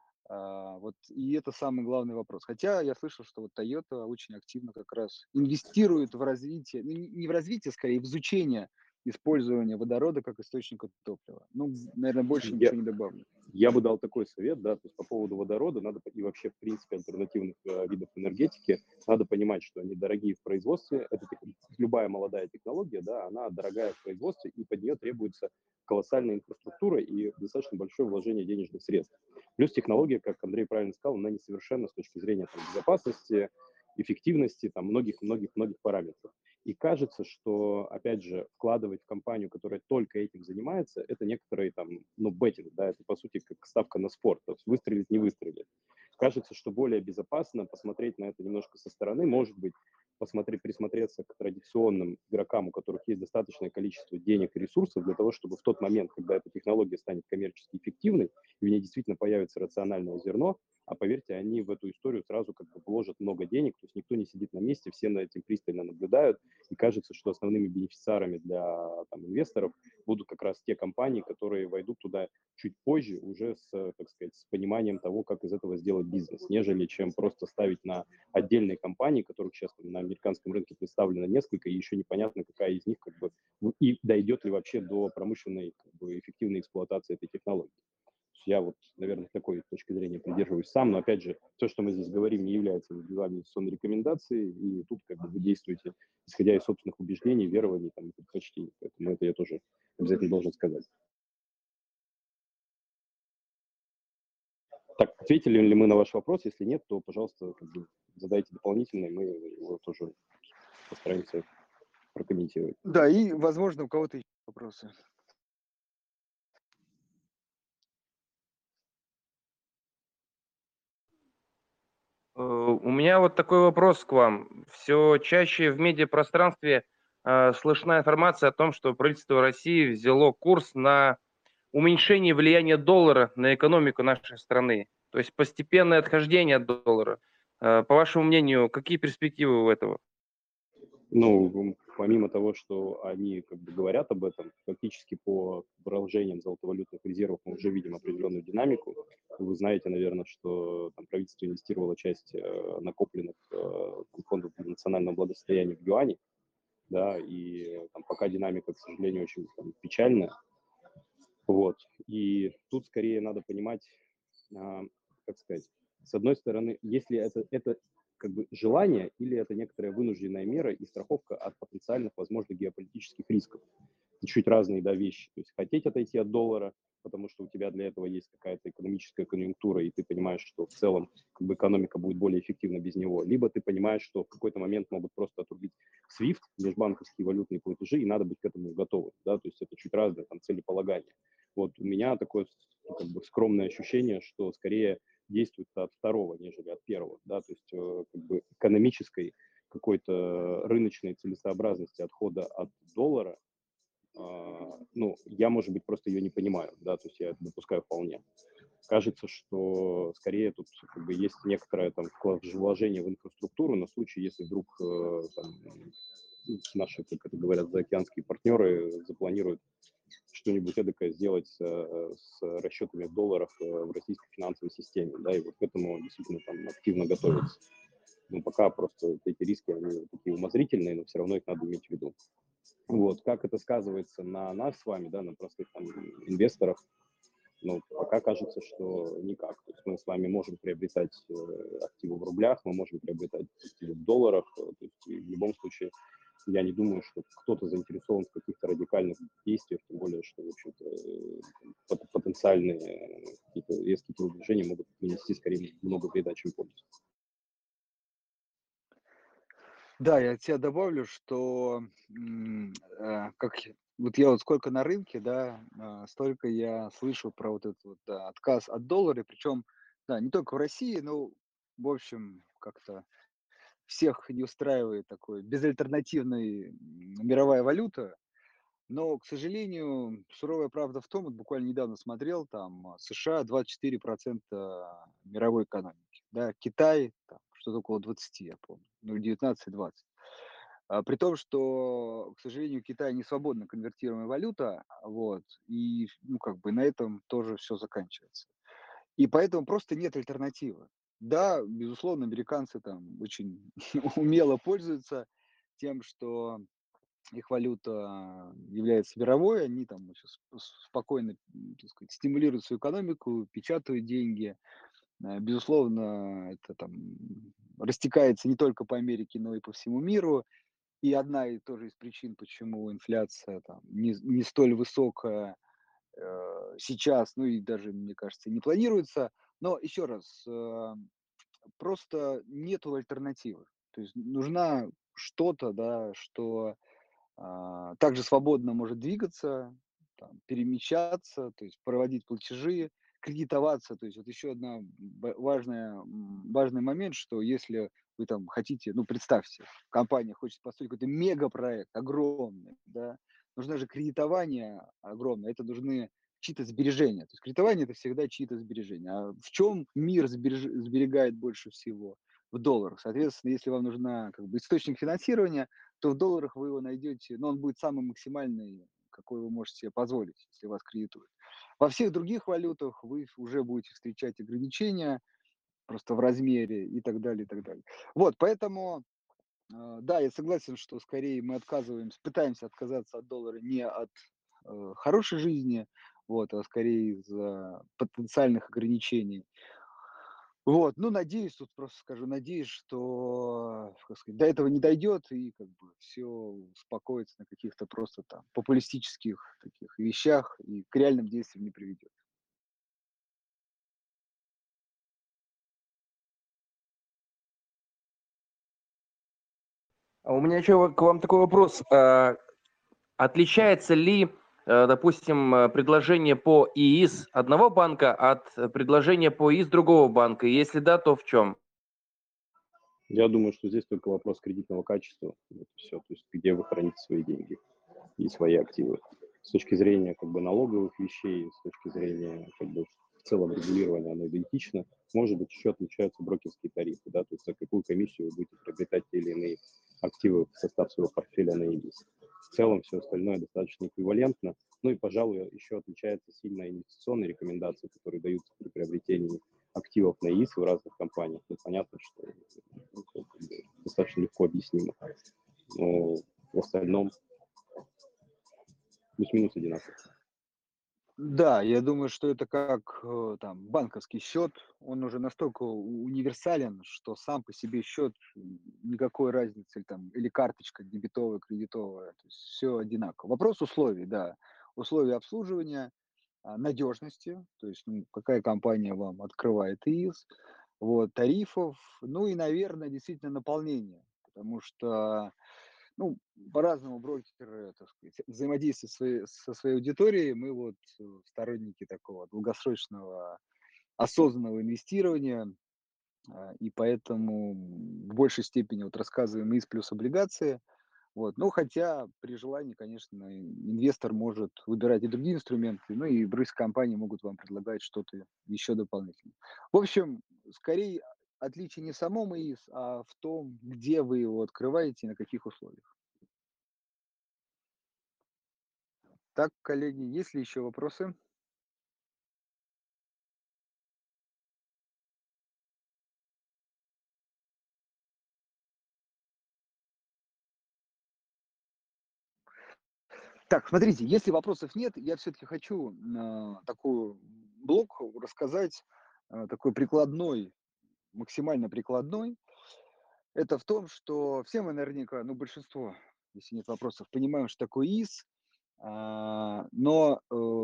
Вот, и это самый главный вопрос. Хотя я слышал, что вот Toyota очень активно как раз инвестирует в развитие, ну, не в развитие, скорее, в изучение использования водорода как источника топлива. Ну, наверное, больше Я, ничего не добавлю. я бы дал такой совет, да, то есть по поводу водорода, надо и вообще, в принципе, альтернативных видов энергетики, надо понимать, что они дорогие в производстве, это любая молодая технология, да, она дорогая в производстве, и под нее требуется колоссальная инфраструктура и достаточно большое вложение денежных средств. Плюс технология, как Андрей правильно сказал, она несовершенна с точки зрения там, безопасности, эффективности, там, многих-многих-многих параметров. И кажется, что, опять же, вкладывать в компанию, которая только этим занимается, это некоторый там, ну, беттинг, да, это, по сути, как ставка на спорт, то есть выстрелить, не выстрелить. Кажется, что более безопасно посмотреть на это немножко со стороны, может быть, присмотреться к традиционным игрокам, у которых есть достаточное количество денег и ресурсов для того, чтобы в тот момент, когда эта технология станет коммерчески эффективной, и в ней действительно появится рациональное зерно, а поверьте, они в эту историю сразу как бы вложат много денег, то есть никто не сидит на месте, все на этим пристально наблюдают, и кажется, что основными бенефициарами для там, инвесторов будут как раз те компании, которые войдут туда чуть позже, уже с, так сказать, с пониманием того, как из этого сделать бизнес, нежели чем просто ставить на отдельные компании, которых сейчас там, на американском рынке представлено несколько, и еще непонятно, какая из них как бы и дойдет ли вообще до промышленной как бы, эффективной эксплуатации этой технологии. Я вот, наверное, такой точки зрения придерживаюсь сам, но, опять же, то, что мы здесь говорим, не является индивидуальной инвестиционной рекомендацией, и тут как бы вы действуете, исходя из собственных убеждений, верований там, и предпочтений. Поэтому это я тоже обязательно должен сказать. Так, ответили ли мы на ваш вопрос? Если нет, то, пожалуйста, как бы задайте дополнительный, мы его тоже постараемся прокомментировать. Да, и, возможно, у кого-то еще вопросы. У меня вот такой вопрос к вам. Все чаще в медиапространстве слышна информация о том, что правительство России взяло курс на уменьшение влияния доллара на экономику нашей страны. То есть постепенное отхождение от доллара. По вашему мнению, какие перспективы у этого? Ну, помимо того, что они как бы говорят об этом, фактически по выражениям золотовалютных резервов мы уже видим определенную динамику. Вы знаете, наверное, что там, правительство инвестировало часть накопленных фондов национального благосостояния в юани, да, и там, пока динамика, к сожалению, очень там, печальная. Вот. И тут скорее надо понимать, как сказать, с одной стороны, если это как бы желание или это некоторая вынужденная мера и страховка от потенциальных возможных геополитических рисков. Это чуть разные, да, вещи. То есть хотеть отойти от доллара, потому что у тебя для этого есть какая-то экономическая конъюнктура, и ты понимаешь, что в целом как бы экономика будет более эффективна без него. Либо ты понимаешь, что в какой-то момент могут просто отрубить SWIFT, межбанковские валютные платежи, и надо быть к этому готовым. Да? То есть это чуть разные там, целеполагания. Вот у меня такое как бы скромное ощущение, что скорее действует от второго, нежели от первого, да, то есть как бы экономической какой-то рыночной целесообразности отхода от доллара, ну, я, может быть, просто ее не понимаю, да, то есть я это допускаю вполне. Кажется, что скорее тут как бы есть некоторое там вложение в инфраструктуру на случай, если вдруг там, наши, как это говорят, заокеанские партнеры запланируют что-нибудь эдакое сделать с расчетами в долларах в российской финансовой системе, да, и вот к этому действительно там активно готовятся. Но пока просто эти риски, они такие умозрительные, но все равно их надо иметь в виду. Вот, как это сказывается на нас с вами, да, на простых там инвесторах, ну, пока кажется, что никак. То есть мы с вами можем приобретать активы в рублях, мы можем приобретать активы в долларах, то есть в любом случае я не думаю, что кто-то заинтересован в каких-то радикальных действиях, тем более, что, в общем-то, потенциальные какие-то резкие телодвижения могут принести скорее много вреда, чем пользы. Да, я от себя добавлю, что, как вот я вот сколько на рынке, да, столько я слышу про вот этот вот, да, отказ от доллара. Причем, да, не только в России, но, в общем, как-то всех не устраивает такой безальтернативная мировая валюта. Но, к сожалению, суровая правда в том, вот буквально недавно смотрел, там США 24% мировой экономики, да, Китай там, что-то около 20, я помню, ну 19-20. При том, что, к сожалению, Китай не свободно конвертируемая валюта, вот, и, ну, как бы на этом тоже все заканчивается. И поэтому просто нет альтернативы. Да, безусловно, американцы там очень умело пользуются тем, что их валюта является мировой, они там сейчас спокойно, так сказать, стимулируют свою экономику, печатают деньги. Безусловно, это там растекается не только по Америке, но и по всему миру. И одна и тоже из причин, почему инфляция там не столь высокая сейчас, ну и даже, мне кажется, не планируется. Но еще раз, просто нету альтернативы. То есть нужна что-то, да, что также свободно может двигаться, там, перемещаться, то есть проводить платежи, кредитоваться. То есть вот еще одна важный момент, что если вы там хотите, ну представьте, компания хочет построить какой-то мегапроект огромный, да, нужно же кредитование огромное, это нужны чьи-то сбережения. То есть кредитование это всегда чьи-то сбережения. А в чем мир сберегает больше всего? В долларах. Соответственно, если вам нужна как бы источник финансирования, то в долларах вы его найдете, но он будет самый максимальный, какой вы можете себе позволить, если вас кредитуют. Во всех других валютах вы уже будете встречать ограничения просто в размере и так далее, и так далее. Вот, поэтому, да, я согласен, что скорее мы отказываемся, пытаемся отказаться от доллара не от хорошей жизни, вот, а скорее из-за потенциальных ограничений. Вот, ну, надеюсь, тут просто скажу, надеюсь, что, как сказать, до этого не дойдет и как бы все успокоится на каких-то просто там популистических таких вещах и к реальным действиям не приведет. А у меня еще к вам такой вопрос. Отличается ли, допустим, предложение по ИИС одного банка от предложения по ИИС другого банка? И если да, то в чем? Я думаю, что здесь только вопрос кредитного качества. Вот и все. То есть где вы храните свои деньги и свои активы. С точки зрения как бы налоговых вещей, с точки зрения как бы в целом регулирования оно идентично. Может быть, еще отличаются брокерские тарифы, да, то есть за какую комиссию вы будете приобретать те или иные активы в состав своего портфеля на ИБИС. В целом все остальное достаточно эквивалентно. Ну и, пожалуй, еще отличается сильно инвестиционные рекомендации, которые даются при приобретении активов на ИИС в разных компаниях. Ну, понятно, что достаточно легко объяснимо. Но в остальном плюс-минус одинаково. Да, я думаю, что это как там банковский счет, он уже настолько универсален, что сам по себе счет никакой разницы там или карточка дебетовая, кредитовая, то есть все одинаково. Вопрос условий, да, условия обслуживания, надежности, то есть ну, какая компания вам открывает ИИС, вот, тарифов, ну и, наверное, действительно наполнение, потому что ну, по-разному брокеры, так сказать, взаимодействуют со своей аудиторией. Мы вот сторонники такого долгосрочного осознанного инвестирования, и поэтому в большей степени вот рассказываем ИС плюс облигации. Вот. Но хотя при желании, конечно, инвестор может выбирать и другие инструменты, ну и компании могут вам предлагать что-то еще дополнительно. В общем, скорее отличие не в самом ИИС, а в том, где вы его открываете и на каких условиях. Так, коллеги, есть ли еще вопросы? Так, смотрите, если вопросов нет, я все-таки хочу такой блок рассказать, такой прикладной, максимально прикладной. Это в том, что все мы наверняка, ну большинство, если нет вопросов, понимаем, что такое ИС, но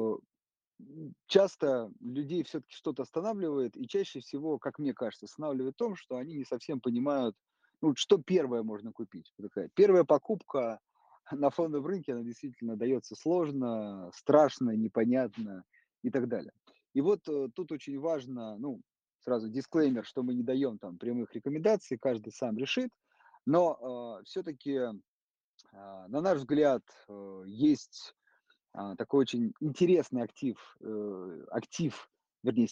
часто людей все-таки что-то останавливает, и чаще всего, как мне кажется, останавливает в том, что они не совсем понимают, ну, что первое можно купить. Вот такая первая покупка на фондовом рынке она действительно дается сложно, страшно, непонятно и так далее. И вот тут очень важно, ну, сразу дисклеймер, что мы не даем там прямых рекомендаций, каждый сам решит, но все-таки, на наш взгляд, есть такой очень интересный актив, вернее,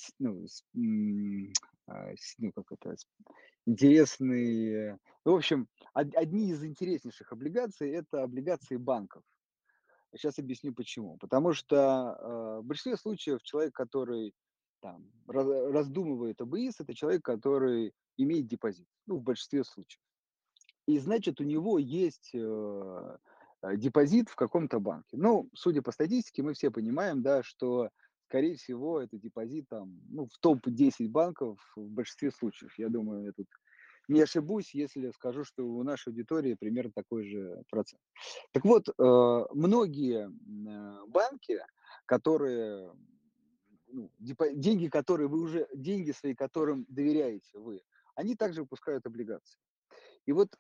ну, как это, интересный, в общем, одни из интереснейших облигаций – это облигации банков. Сейчас объясню почему. Потому что в большинстве случаев человек, который там раздумывает об ИИС, это человек, который имеет депозит. Ну, в большинстве случаев. И значит, у него есть депозит в каком-то банке. Ну, судя по статистике, мы все понимаем, да, что, скорее всего, это депозит там, ну, в топ-10 банков в большинстве случаев. Я думаю, я тут не ошибусь, если скажу, что у нашей аудитории примерно такой же процент. Так вот, многие банки, которые, ну, деньги свои, которым доверяете вы, они также выпускают облигации. И вот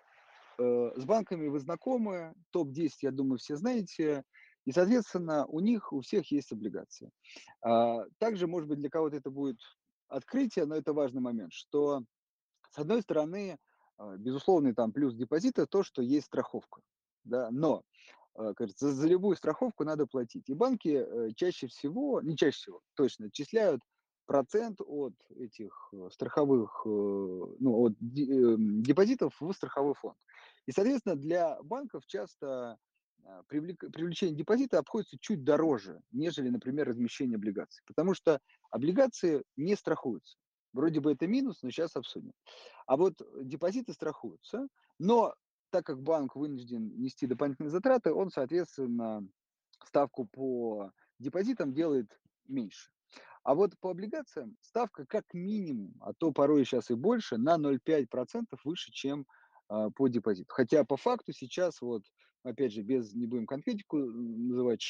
с банками вы знакомы, топ-10, я думаю, все знаете, и, соответственно, у всех есть облигации. Также, может быть, для кого-то это будет открытие, но это важный момент, что, с одной стороны, безусловный там плюс депозита то, что есть страховка, да, но, кажется, за любую страховку надо платить. И банки чаще всего, не чаще всего, точно, отчисляют процент от этих страховых, ну, от депозитов в страховой фонд. И, соответственно, для банков часто привлечение депозита обходится чуть дороже, нежели, например, размещение облигаций. Потому что облигации не страхуются. Вроде бы это минус, но сейчас обсудим. А вот депозиты страхуются, но так как банк вынужден нести дополнительные затраты, он, соответственно, ставку по депозитам делает меньше. А вот по облигациям ставка как минимум, а то порой сейчас и больше, на 0,5% выше, чем по депозиту. Хотя по факту сейчас, вот, опять же, не будем конкретику называть,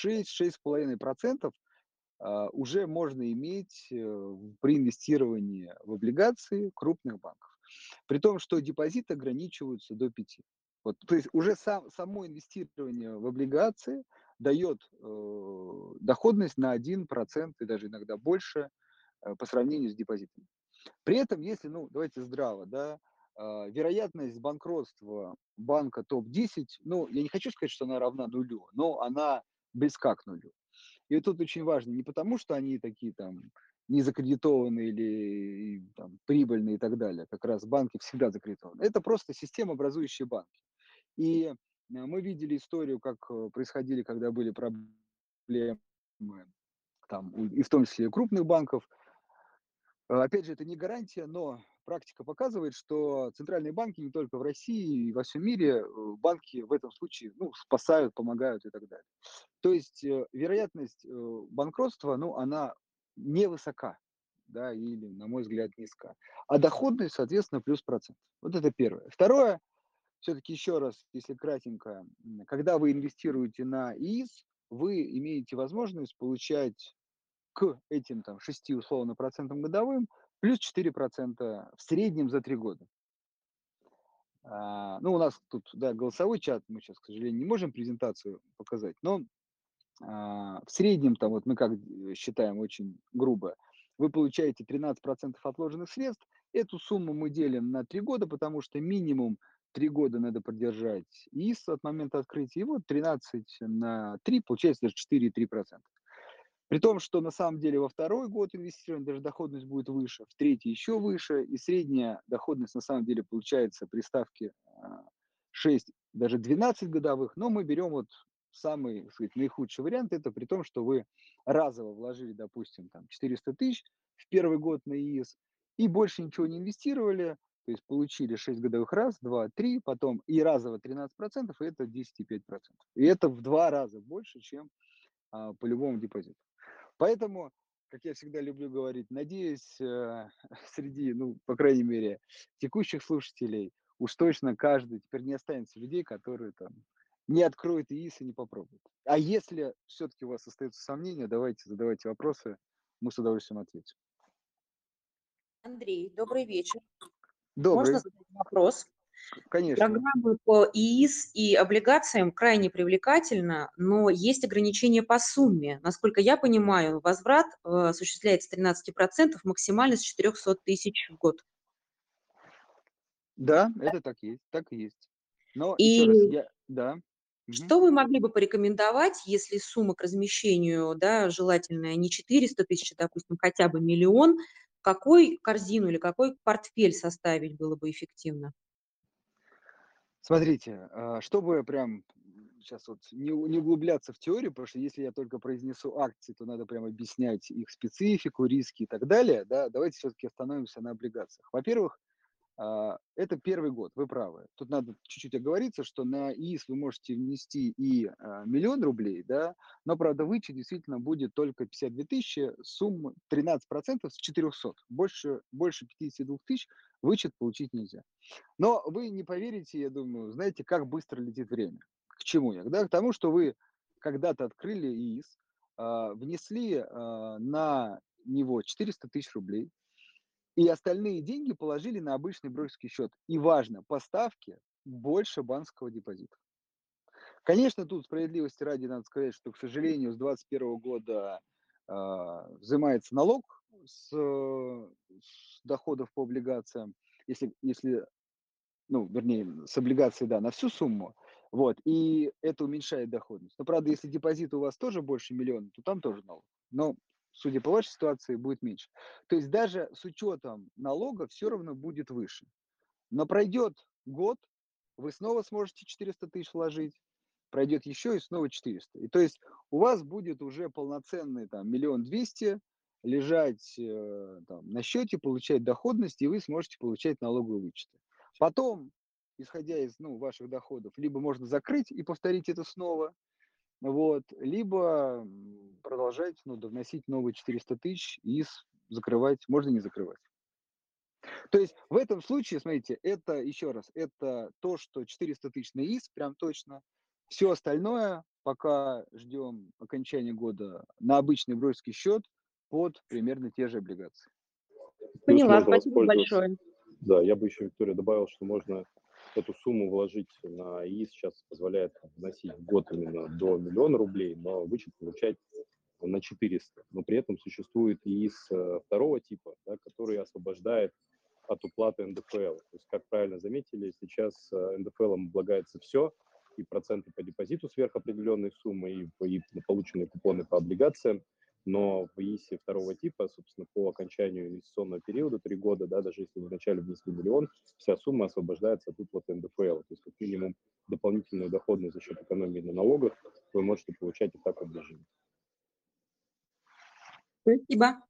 6-6,5% уже можно иметь при инвестировании в облигации крупных банков. При том, что депозиты ограничиваются до 5. Вот, то есть уже само инвестирование в облигации дает доходность на 1% и даже иногда больше по сравнению с депозитами. При этом, если, ну, давайте здраво, да, вероятность банкротства банка топ-10, ну, я не хочу сказать, что она равна нулю, но она близка к нулю. И тут очень важно не потому, что они такие там не закредитованные или там, прибыльные и так далее. Как раз банки всегда закредитованы. Это просто системообразующие банки. И мы видели историю, как происходили, когда были проблемы там, и в том числе и крупных банков. Опять же, это не гарантия, но практика показывает, что центральные банки не только в России и во всем мире, банки в этом случае, ну, спасают, помогают и так далее. То есть вероятность банкротства, ну, она невысока, да, или, на мой взгляд, низка. А доходность, соответственно, плюс процент. Вот это первое. Второе, все-таки еще раз, если кратенько, когда вы инвестируете на ИИС, вы имеете возможность получать к этим там 6 условно процентам годовым плюс 4% в среднем за 3 года. Ну, у нас тут, да, голосовой чат, мы сейчас, к сожалению, не можем презентацию показать, но в среднем, там, вот мы как считаем очень грубо, вы получаете 13% отложенных средств. Эту сумму мы делим на 3 года, потому что минимум 3 года надо продержать ИИС от момента открытия. И вот 13 на 3, получается даже 4,3%. При том, что на самом деле во второй год инвестирования даже доходность будет выше, в третий еще выше, и средняя доходность на самом деле получается при ставке 6, даже 12 годовых, но мы берем вот самый, так сказать, наихудший вариант, это при том, что вы разово вложили, допустим, там 400 тысяч в первый год на ИИС и больше ничего не инвестировали, то есть получили 6 годовых раз, 2, 3, потом и разово 13%, и это 10,5%. И это в 2 раза больше, чем по любому депозиту. Поэтому, как я всегда люблю говорить, надеюсь, среди, ну, по крайней мере, текущих слушателей уж точно каждый, теперь не останется людей, которые там не откроют ИИС и не попробуют. А если все-таки у вас остаются сомнения, давайте задавайте вопросы, мы с удовольствием ответим. Андрей, добрый вечер. Можно Добрый. задать вопрос? Конечно. Программа по ИИС и облигациям крайне привлекательна, но есть ограничения по сумме. Насколько я понимаю, возврат осуществляется 13%, максимально с 400 тысяч в год. Да, это так есть, так и есть. Но еще раз, И да. что вы могли бы порекомендовать, если сумма к размещению, да, желательная не 400 тысяч, а, допустим, хотя бы миллион, какой корзину или какой портфель составить было бы эффективно? Смотрите, чтобы прям сейчас вот не углубляться в теорию, потому что если я только произнесу акции, то надо прям объяснять их специфику, риски и так далее, да, давайте все-таки остановимся на облигациях. Во-первых, это первый год, вы правы. Тут надо чуть-чуть оговориться, что на ИИС вы можете внести и 1 000 000 рублей, да, но, правда, вычет действительно будет только 52 тысячи, сумма 13% с 400. Больше 52 тысяч вычет получить нельзя. Но вы не поверите, я думаю, знаете, как быстро летит время. К чему я? Да, к тому, что вы когда-то открыли ИИС, внесли на него 400 тысяч рублей, и остальные деньги положили на обычный брокерский счет. И важно, по ставке больше банковского депозита. Конечно, тут справедливости ради надо сказать, что, к сожалению, с 2021 года взимается налог с доходов по облигациям, если ну, вернее, с облигацией, да, на всю сумму, вот, и это уменьшает доходность. Но, правда, если депозит у вас тоже больше миллиона, то там тоже налог. Но, судя по вашей ситуации, будет меньше. То есть даже с учетом налога все равно будет выше. Но пройдет год, вы снова сможете 400 тысяч вложить, пройдет еще и снова 400. И то есть у вас будет уже полноценный там 1 200 000 лежать там, на счете, получать доходность, и вы сможете получать налоговые вычеты. Потом, исходя из ваших доходов, либо можно закрыть и повторить это снова, вот, либо продолжать довносить новые 400 тысяч и закрывать, можно не закрывать. То есть в этом случае, смотрите, это, еще раз, это то, что 400 тысяч на ИС, прям точно. Все остальное, пока ждем окончания года, на обычный брокерский счет под примерно те же облигации. Плюс Поняла, можно спасибо воспользоваться. большое. Да, я бы еще, Виктория, добавил, что можно эту сумму вложить на ИИС, сейчас позволяет вносить в год именно до 1 000 000 рублей, но вычет получать на 400. Но при этом существует ИИС второго типа, да, который освобождает от уплаты НДФЛ. То есть, как правильно заметили, сейчас НДФЛ облагается все, и проценты по депозиту сверх определенной суммы, и полученные купоны по облигациям. Но в ИИСе второго типа, собственно, по окончанию инвестиционного периода 3 года, да, даже если вы вначале внесли миллион, вся сумма освобождается от уплаты НДФЛ. То есть, как минимум, дополнительную доходность за счет экономии на налогах вы можете получать и в таком режиме. Спасибо.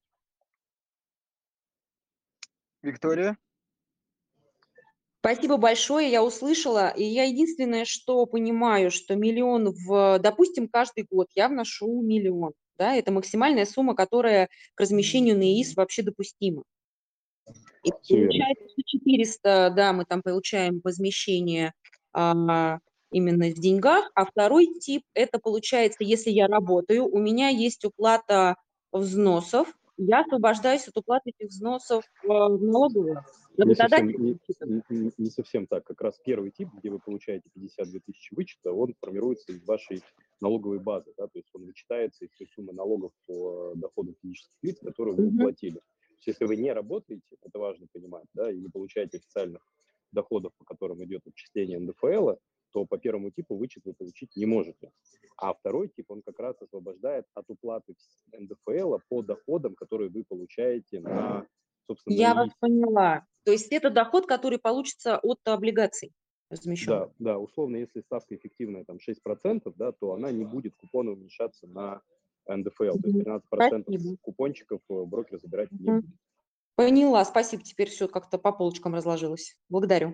Виктория? Спасибо большое, я услышала. И я единственное, что понимаю, что миллион допустим, каждый год я вношу миллион. Да, это максимальная сумма, которая к размещению на ИИС вообще допустима. И Все верно. получается, что 400, да, мы там получаем возмещение именно в деньгах, а второй тип, это получается, если я работаю, у меня есть уплата взносов, я освобождаюсь от уплаты этих взносов в налоговую. Не совсем, Работодатель не совсем так. Как раз первый тип, где вы получаете 52 тысячи вычета, он формируется из вашей налоговой базы. Да? То есть он вычитается из той суммы налогов по доходу физических лиц, которые вы уплатили. То есть если вы не работаете, это важно понимать, да, и не получаете официальных доходов, по которым идет отчисление НДФЛ, то по первому типу вычет вы получить не можете. А второй тип, он как раз освобождает от уплаты НДФЛ по доходам, которые вы получаете на, собственно, Я на вас поняла. То есть это доход, который получится от облигаций размещенных. Да, условно, если ставка эффективная там 6%, да, то она не будет купона уменьшаться на НДФЛ. То есть 13% Спасибо. купончиков брокер забирать не будет. Поняла, спасибо, теперь все как-то по полочкам разложилось. Благодарю.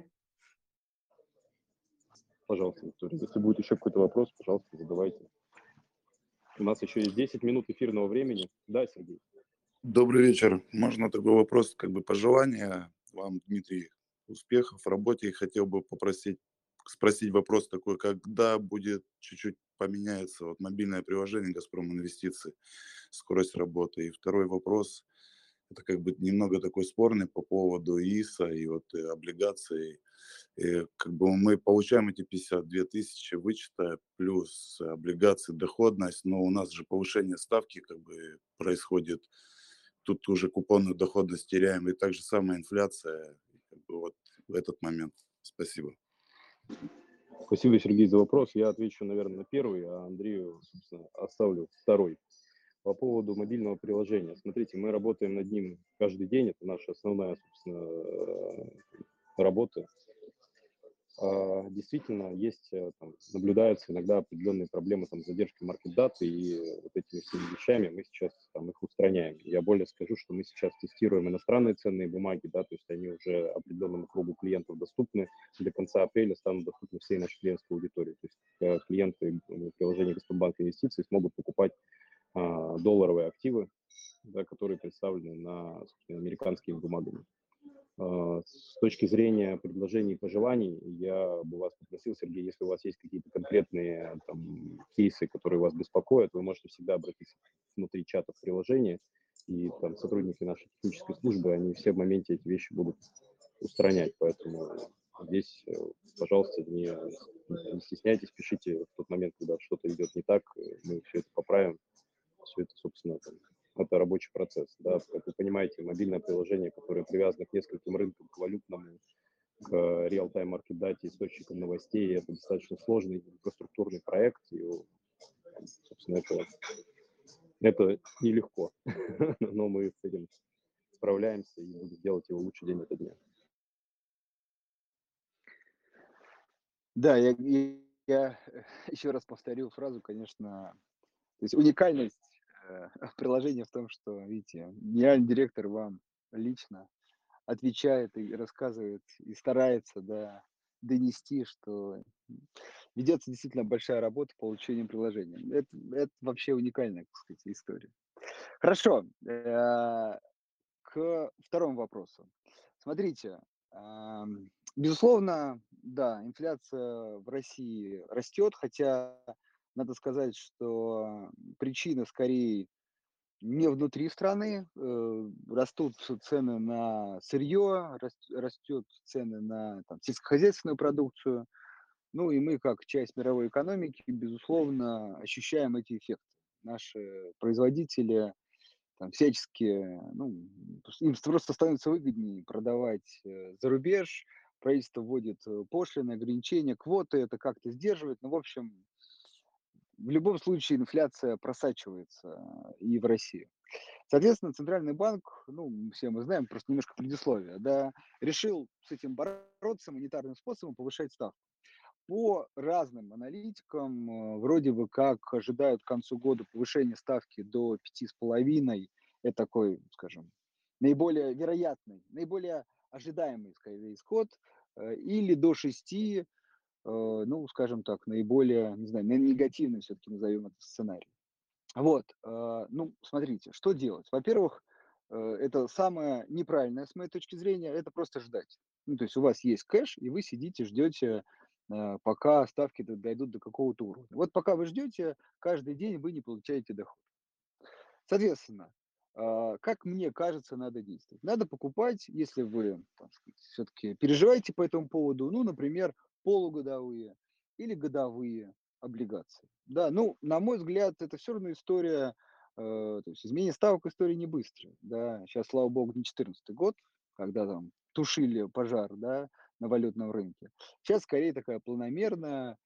Пожалуйста, Виктория. Если будет еще какой-то вопрос, пожалуйста, задавайте. У нас еще есть 10 минут эфирного времени. Да, Сергей? Добрый вечер. Можно такой вопрос, как бы пожелания вам, Дмитрий, успехов в работе. И хотел бы спросить вопрос такой, когда будет чуть-чуть поменяется вот мобильное приложение «Газпром Инвестиции», скорость работы. И второй вопрос, это как бы немного такой спорный по поводу ИИСа и вот облигаций. И как бы мы получаем эти 52 тысячи вычета плюс облигации, доходность, но у нас же повышение ставки как бы происходит, тут уже купонную доходность теряем, и так же самая инфляция, как бы вот в этот момент. Спасибо. Спасибо, Сергей, за вопрос. Я отвечу, наверное, на первый, а Андрею, собственно, оставлю второй. По поводу мобильного приложения. Смотрите, мы работаем над ним каждый день, это наша основная, собственно, работа. Действительно, есть, там, наблюдаются иногда определенные проблемы там, с задержкой маркет-даты, и вот этими всеми вещами мы сейчас там, их устраняем. Я более скажу, что мы сейчас тестируем иностранные ценные бумаги, да, то есть они уже определенному кругу клиентов доступны, до конца апреля станут доступны всей нашей клиентской аудитории. То есть клиенты приложения Газпромбанк Инвестиций смогут покупать долларовые активы, да, которые представлены на, собственно, американскими бумагами. С точки зрения предложений и пожеланий, я бы вас попросил, Сергей, если у вас есть какие-то конкретные там, кейсы, которые вас беспокоят, вы можете всегда обратиться внутри чата в приложении, и там сотрудники нашей технической службы, они все в моменте эти вещи будут устранять. Поэтому здесь, пожалуйста, не стесняйтесь, пишите в тот момент, когда что-то идет не так, мы все это поправим. Все это, собственно, это рабочий процесс. Да. Как вы понимаете, мобильное приложение, которое привязано к нескольким рынкам, к валютному, к real-time маркет-дате, источникам новостей, это достаточно сложный инфраструктурный проект, и, собственно, это нелегко, но мы с этим справляемся и будем делать его лучше день ото дня. Да, я еще раз повторю фразу, конечно, то есть уникальность приложения в том, что, видите, генеральный директор вам лично отвечает и рассказывает, и старается, да, донести, что ведется действительно большая работа по улучшению приложения. Это вообще уникальная, так сказать, история. Хорошо, к второму вопросу. Смотрите, безусловно, да, инфляция в России растет, хотя надо сказать, что причина скорее не внутри страны. Растут цены на сырье, растет цены на там, сельскохозяйственную продукцию. Ну и мы, как часть мировой экономики, безусловно, ощущаем эти эффекты. Наши производители там всячески, ну, им просто становится выгоднее продавать за рубеж, правительство вводит пошлины, ограничения, квоты, это как-то сдерживает. Ну, в общем, в любом случае инфляция просачивается и в Россию. Соответственно, Центральный банк, ну, все мы знаем, просто немножко предисловие, да, решил с этим бороться монетарным способом, повышать ставку. По разным аналитикам, вроде бы как ожидают к концу года повышение ставки до 5,5. Это такой, скажем, наиболее вероятный, наиболее ожидаемый, скорее, исход. Или до 6, ну, скажем так, наиболее, не знаю, негативный все-таки назовем этот сценарий. Вот, ну, смотрите, что делать? Во-первых, это самое неправильное, с моей точки зрения, это просто ждать. Ну, то есть у вас есть кэш, и вы сидите, ждете, пока ставки дойдут до какого-то уровня. Вот пока вы ждете, каждый день вы не получаете доход. Соответственно, как мне кажется, надо действовать. Надо покупать, если вы, все-таки переживаете по этому поводу, ну, например, полугодовые или годовые облигации. Да, ну, на мой взгляд, это все равно история, то есть изменение ставок история не быстрая. Да, сейчас, слава богу, не 2014 год, когда там тушили пожар, да, на валютном рынке. Сейчас скорее такая планомерная,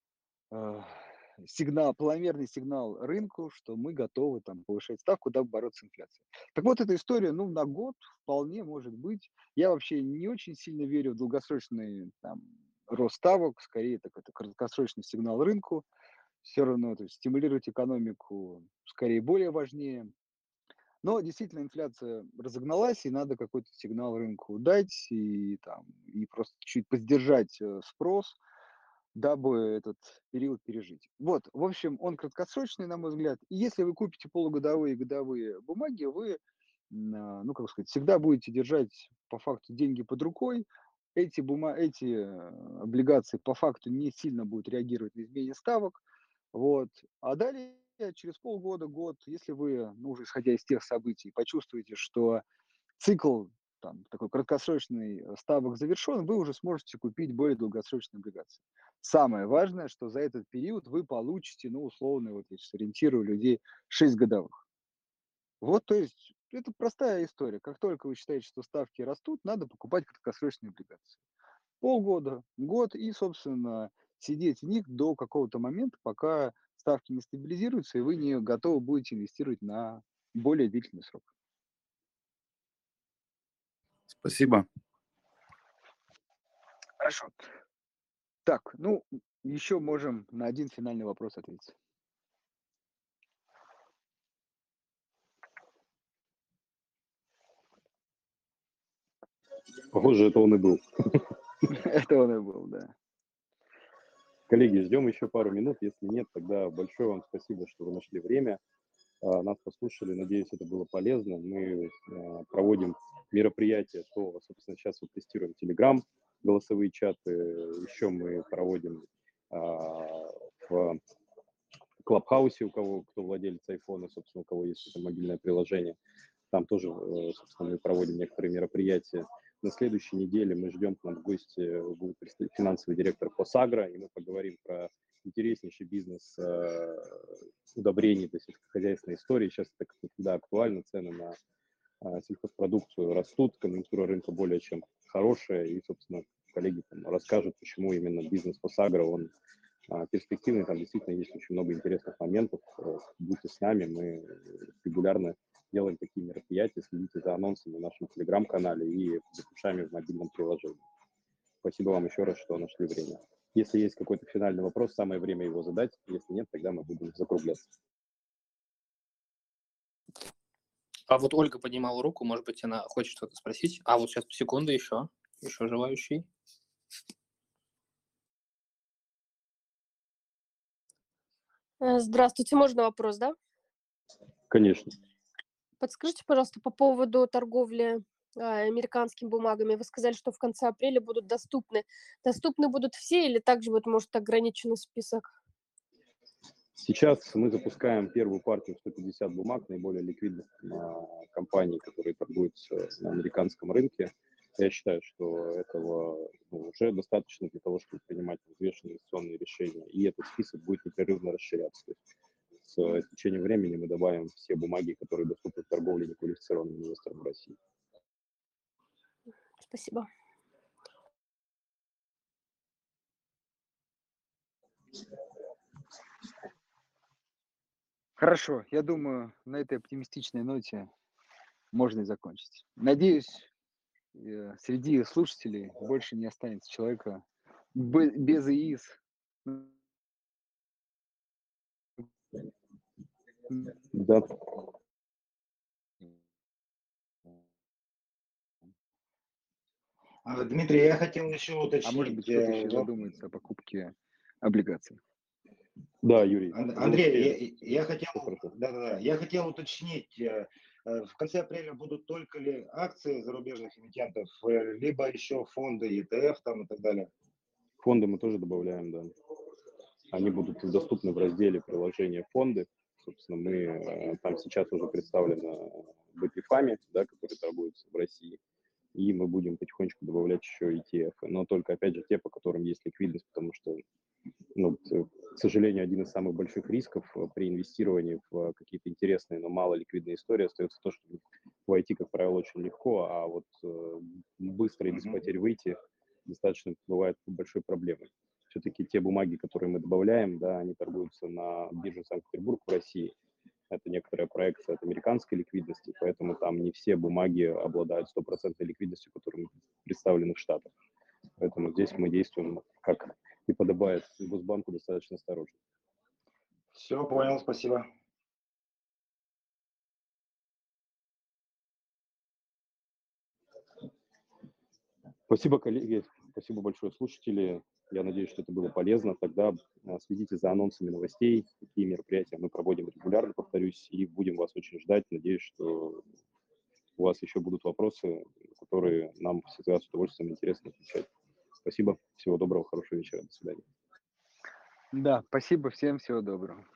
э, планомерный сигнал рынку, что мы готовы там повышать ставку, дабы бороться с инфляцией. Так вот, эта история, ну, на год вполне может быть. Я вообще не очень сильно верю в долгосрочный там, рост ставок, скорее так это краткосрочный сигнал рынку. Все равно, то есть стимулировать экономику скорее более важнее. Но действительно инфляция разогналась, и надо какой-то сигнал рынку дать, и, там, и просто чуть поддержать спрос, дабы этот период пережить. Вот, в общем, он краткосрочный, на мой взгляд. И если вы купите полугодовые и годовые бумаги, вы, ну, как сказать, всегда будете держать по факту деньги под рукой. Эти облигации по факту не сильно будут реагировать на изменение ставок. Вот. А далее, через полгода, год, если вы, ну, уже исходя из тех событий, почувствуете, что цикл там такой краткосрочный ставок завершен, вы уже сможете купить более долгосрочные облигации. Самое важное, что за этот период вы получите, ну, условно, вот я сейчас ориентирую людей, 6 годовых. Вот, то есть, это простая история. Как только вы считаете, что ставки растут, надо покупать краткосрочные облигации. Полгода, год и, собственно, сидеть в них до какого-то момента, пока ставки не стабилизируются, и вы не готовы будете инвестировать на более длительный срок. Спасибо. Хорошо. Так, ну, еще можем на один финальный вопрос ответить. Похоже, это он и был. Это он и был, да. Коллеги, ждем еще пару минут. Если нет, тогда большое вам спасибо, что вы нашли время, нас послушали. Надеюсь, это было полезно. Мы проводим мероприятия, то, собственно, сейчас вот тестируем Telegram, голосовые чаты. Еще мы проводим в Клабхаусе, у кого, кто владелец айфона, собственно, у кого есть это мобильное приложение. Там тоже, собственно, мы проводим некоторые мероприятия. На следующей неделе мы ждем к нам в гости будет финансовый директор Посагра, и мы поговорим про интереснейший бизнес удобрений для сельскохозяйственной истории. Сейчас это всегда актуально, цены на сельхозпродукцию растут, конъюнктура рынка более чем хорошая, и, собственно, коллеги там расскажут, почему именно бизнес Посагра, он перспективный, там действительно есть очень много интересных моментов. Будьте с нами, мы регулярно делаем такие мероприятия, следите за анонсами в нашем телеграм-канале и запишами в мобильном приложении. Спасибо вам еще раз, что нашли время. Если есть какой-то финальный вопрос, самое время его задать. Если нет, тогда мы будем закругляться. А вот Ольга поднимала руку, может быть, она хочет что-то спросить. А вот сейчас, секунду, еще желающий. Здравствуйте, можно вопрос, да? Конечно. Подскажите, пожалуйста, по поводу торговли американскими бумагами. Вы сказали, что в конце апреля будут доступны. Доступны будут все или также вот, может, ограниченный список? Сейчас мы запускаем первую партию 150 бумаг, наиболее ликвидных компаний, которые торгуются на американском рынке. Я считаю, что этого уже достаточно для того, чтобы принимать взвешенные инвестиционные решения. И этот список будет непрерывно расширяться. То есть с течением времени мы добавим все бумаги, которые доступны к торговле неквалифицированным инвесторам в России. Спасибо. Хорошо, я думаю, на этой оптимистичной ноте можно и закончить. Надеюсь, среди слушателей больше не останется человека без ИИС. Да. Дмитрий, я хотел еще уточнить. А может быть, кто-то еще задумается о покупке облигаций. Да, Юрий. Андрей, я хотел уточнить, в конце апреля будут только ли акции зарубежных эмитентов, либо еще фонды, ETF там и так далее? Фонды мы тоже добавляем, да. Они будут доступны в разделе приложения фонды. Собственно, мы там сейчас уже представлены BPFAM, да, которые торгуются в России. И мы будем потихонечку добавлять еще ETF. Но только, опять же, те, по которым есть ликвидность, потому что, к сожалению, один из самых больших рисков при инвестировании в какие-то интересные, но мало ликвидные истории остается то, что войти, как правило, очень легко, а вот быстро и без потерь выйти достаточно бывает большой проблемой. Все-таки те бумаги, которые мы добавляем, да, они торгуются на бирже Санкт-Петербург в России. Это некоторая проекция от американской ликвидности, поэтому там не все бумаги обладают стопроцентной ликвидностью, которая представлены в Штатах. Поэтому здесь мы действуем, как и подобает Госбанку, достаточно осторожно. Все, понял, спасибо. Спасибо, коллеги, спасибо большое, слушатели. Я надеюсь, что это было полезно. Тогда следите за анонсами новостей, какие мероприятия мы проводим регулярно, повторюсь, и будем вас очень ждать. Надеюсь, что у вас еще будут вопросы, которые нам всегда с удовольствием интересно отвечать. Спасибо, всего доброго, хорошего вечера, до свидания. Да, спасибо всем, всего доброго.